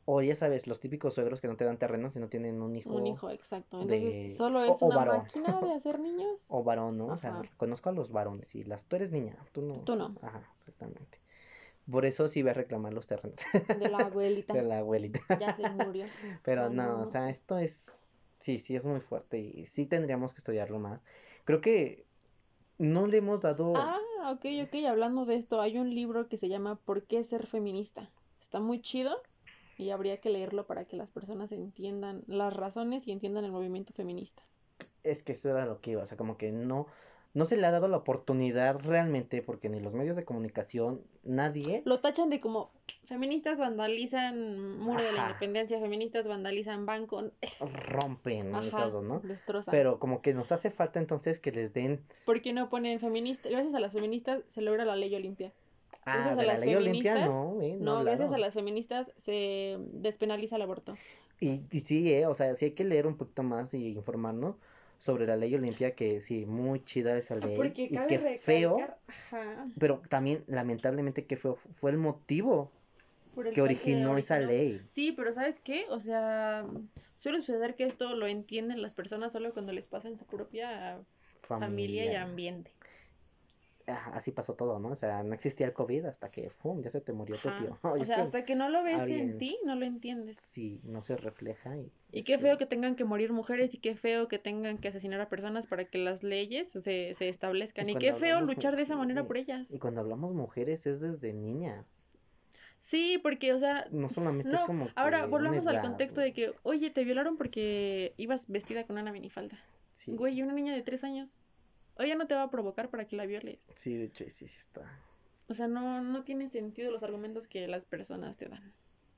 O ya sabes, los típicos suegros que no te dan terreno si no tienen un hijo. Un hijo, exacto. Entonces, de solo o, es o una varón. máquina de hacer niños. O varón, ¿no? O sea, Ajá. conozco a los varones y las tú eres niña, tú no. Tú no. Ajá, exactamente. Por eso sí voy a reclamar los terrenos De la de abuelita. la abuelita. Ya se murió. Pero Ah, no, no, o no sea, sé. esto es, sí, sí es muy fuerte y sí tendríamos que estudiarlo más. Creo que no le hemos dado, Ah, ok, ok. Hablando de esto, hay un libro que se llama ¿Por qué ser feminista? Está muy chido y habría que leerlo para que las personas entiendan las razones y entiendan el movimiento feminista. es que eso era lo que iba, o sea, como que no, no se le ha dado la oportunidad realmente porque ni los medios de comunicación, nadie, Lo tachan de como feministas vandalizan Muro de la ajá, Independencia, feministas vandalizan banco. rompen y Ajá, todo, ¿no? destrozan. Pero como que nos hace falta entonces que les den, ¿Por qué no ponen feministas? Gracias a las feministas se logra la ley Olimpia. ah, Gracias a de la las ley Olimpia, feministas, no, eh, no no, gracias a hablaron. las feministas se despenaliza el aborto. Y, y sí, eh, o sea, sí hay que leer un poquito más y informarnos sobre la ley Olimpia, que sí, muy chida esa ley, Porque y cabe qué feo, recalcar, ajá, pero también lamentablemente qué feo fue el motivo por el que cual se originó esa originó. ley. Sí, pero ¿sabes qué? O sea, suele suceder que esto lo entienden las personas solo cuando les pasa en su propia familia y Familia. ambiente. Ah, así pasó todo, ¿no? O sea, no existía el COVID hasta que, ¡fum!, ya se te murió tu Ajá. tío. Oye, O es sea, que hasta que no lo ves en alguien, ti, no lo entiendes. sí, no se refleja y Y es qué feo. feo que tengan que morir mujeres y qué feo que tengan que asesinar a personas para que las leyes se, se Y establezcan. Y cuando qué feo hablamos luchar de esa manera por mujeres, y ellas. cuando hablamos mujeres es desde niñas. Sí, porque, o sea, No solamente es no, como ahora que una volvamos al edad, contexto de que, oye, te violaron porque ibas vestida con una minifalda. sí, Güey, y una niña de tres años. Ella no te va a provocar para que la violes. sí, de hecho, sí, sí está. O sea, no, no tiene sentido los argumentos que las personas te dan.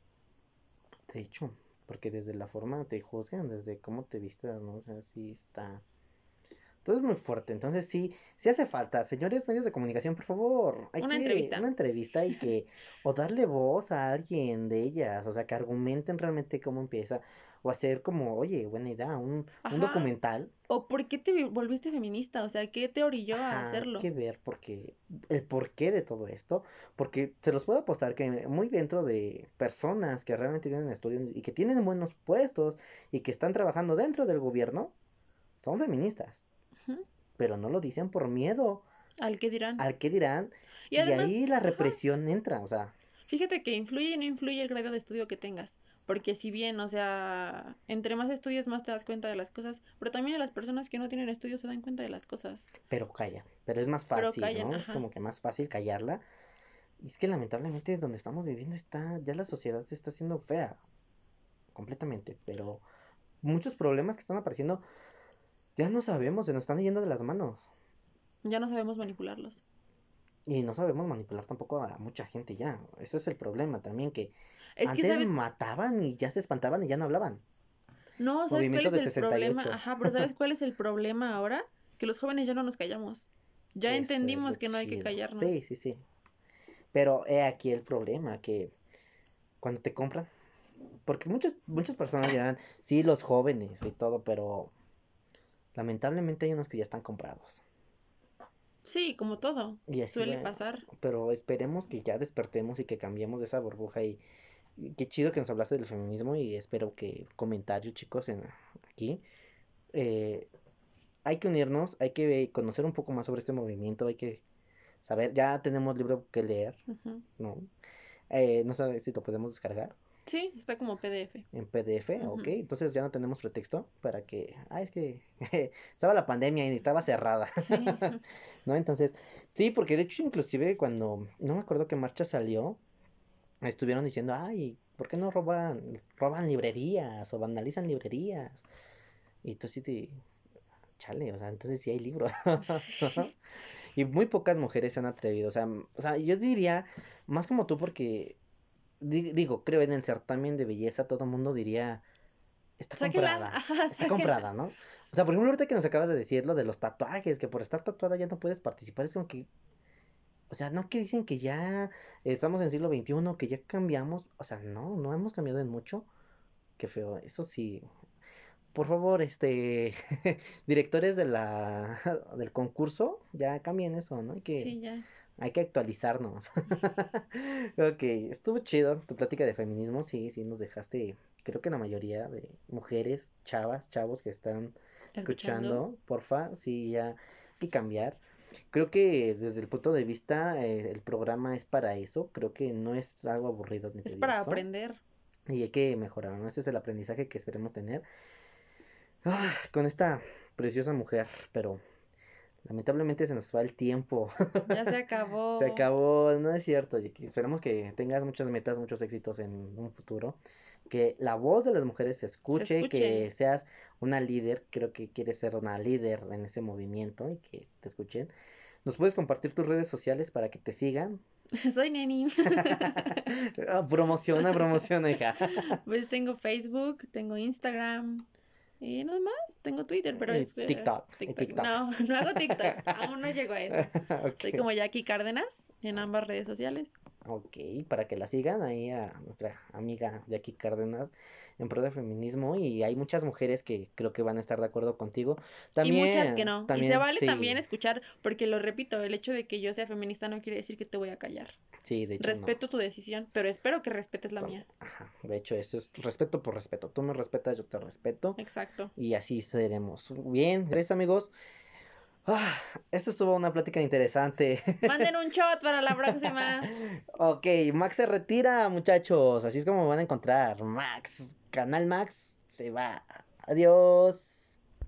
De hecho, porque desde la forma te juzgan, desde cómo te vistas, ¿no? O sea, sí está. Todo es muy fuerte, entonces sí, sí hace falta. Señores medios de comunicación, por favor, hay Una que entrevista. una entrevista y que, o darle voz a alguien de ellas, o sea, que argumenten realmente cómo empieza, o hacer como, oye, buena idea, un, un Ajá. documental. ¿O por qué te vi- volviste feminista? O sea, ¿qué te orilló a Ajá, hay hacerlo? que ver porque el porqué de todo esto, porque se los puedo apostar que muy dentro de personas que realmente tienen estudios y que tienen buenos puestos y que están trabajando dentro del gobierno, son feministas, Ujú. pero no lo dicen por miedo Al que dirán. al qué dirán, Y y además, ahí la ajá, represión entra, o sea, fíjate que influye y no influye el grado de estudio que tengas. Porque si bien, o sea, entre más estudias, más te das cuenta de las cosas. Pero también las personas que no tienen estudios se dan cuenta de las cosas. pero calla, pero es más Pero fácil, callan, ¿no? Es ajá. como que más fácil callarla. Y es que lamentablemente donde estamos viviendo está, ya la sociedad se está haciendo fea, completamente, pero muchos problemas que están apareciendo, ya no sabemos, se nos están yendo de las manos. Ya no sabemos manipularlos. Y no sabemos manipular tampoco a mucha gente ya. Ese es el problema también, que Es que, antes ¿sabes? mataban y ya se espantaban y ya no hablaban. No, ¿sabes cuál Movimiento es del el problema? sesenta y ocho. Ajá, pero ¿sabes cuál es el problema ahora? Que los jóvenes ya no nos callamos. Ya Eso es lo entendimos que no hay que chido. Sí, callarnos. sí, sí. Pero he aquí el problema, que cuando te compran, porque muchas, muchas personas dirán, sí, los jóvenes y todo, pero lamentablemente hay unos que ya están comprados. Sí, como todo. Y así Suele va, pasar. pero esperemos que ya despertemos y que cambiemos de esa burbuja y, y qué chido que nos hablaste del feminismo y espero que comentarios chicos en aquí. Eh, hay que unirnos, hay que conocer un poco más sobre este movimiento, hay que saber, ya tenemos libro que leer, Ujú. ¿no? Eh, no sé si lo podemos descargar. Sí, está como P D F. En P D F, ok, Ujú. entonces ya no tenemos pretexto para que, ah, es que estaba la pandemia y estaba cerrada, Sí. ¿no? Entonces, sí, porque de hecho inclusive cuando, no me acuerdo qué marcha salió, estuvieron diciendo, ay, ¿por qué no roban, roban librerías o vandalizan librerías? Y tú sí te, chale, o sea, entonces sí hay libros, ¿no? Sí. Y muy pocas mujeres se han atrevido, o sea, m- o sea, yo diría, más como tú porque, di- digo, creo en el certamen de belleza, todo el mundo diría está Sáquenla. comprada, Ajá, está sáquenla. comprada, ¿no? O sea, por ejemplo, ahorita que nos acabas de decir lo de los tatuajes, que por estar tatuada ya no puedes participar, es como que, o sea, no que dicen que ya estamos en siglo veintiuno, que ya cambiamos, o sea, no, no hemos cambiado en mucho, qué feo, eso sí, por favor, este, directores de la, del concurso, ya cambien eso, ¿no? Hay que Sí, ya. Hay que actualizarnos. Ok, estuvo chido tu plática de feminismo. Sí, sí, nos dejaste, creo que la mayoría de mujeres, chavas, chavos que están Escuchando. escuchando, porfa, sí, ya hay que cambiar. Creo que desde el punto de vista, eh, el programa es para eso. Creo que no es algo aburrido ni Es para tedioso. aprender. Y hay que mejorar, ¿no? Ese es el aprendizaje que esperemos tener. Ah, con esta preciosa mujer, pero lamentablemente se nos va el tiempo. Ya se Se acabó. acabó, no es cierto, Jackie. Esperemos que tengas muchas metas, muchos éxitos en un futuro. Que la voz de las mujeres se Se escuche, escuche. que seas una líder. Creo que quieres ser una líder en ese movimiento y que te escuchen. ¿Nos puedes compartir tus redes sociales para que te sigan? Soy Neni. Ah, promociona, promociona, hija. Pues tengo Facebook, tengo Instagram. Y nada más, tengo Twitter, pero Y es eh, TikTok, y TikTok. TikTok. No, no hago TikToks. Aún no llego a eso. Soy Ok. como Jackie Cárdenas en ambas redes sociales. Ok, para que la sigan ahí a nuestra amiga Jackie Cárdenas en pro de feminismo y hay muchas mujeres que creo que van a estar de acuerdo contigo. Y muchas que También, no. Y se también, vale también sí, escuchar, porque lo repito, el hecho de que yo sea feminista no quiere decir que te voy a callar. sí, de hecho no. Respeto tu decisión, pero espero que respetes la to- mía. Ajá, de hecho eso es respeto por respeto. Tú me respetas, yo te respeto Exacto. y así seremos. Bien, gracias amigos. Ah, esto estuvo una plática interesante. Manden un shot para la próxima. Ok, Max se retira, muchachos. Así es como me van a encontrar. Max, Canal Max se va. Adiós.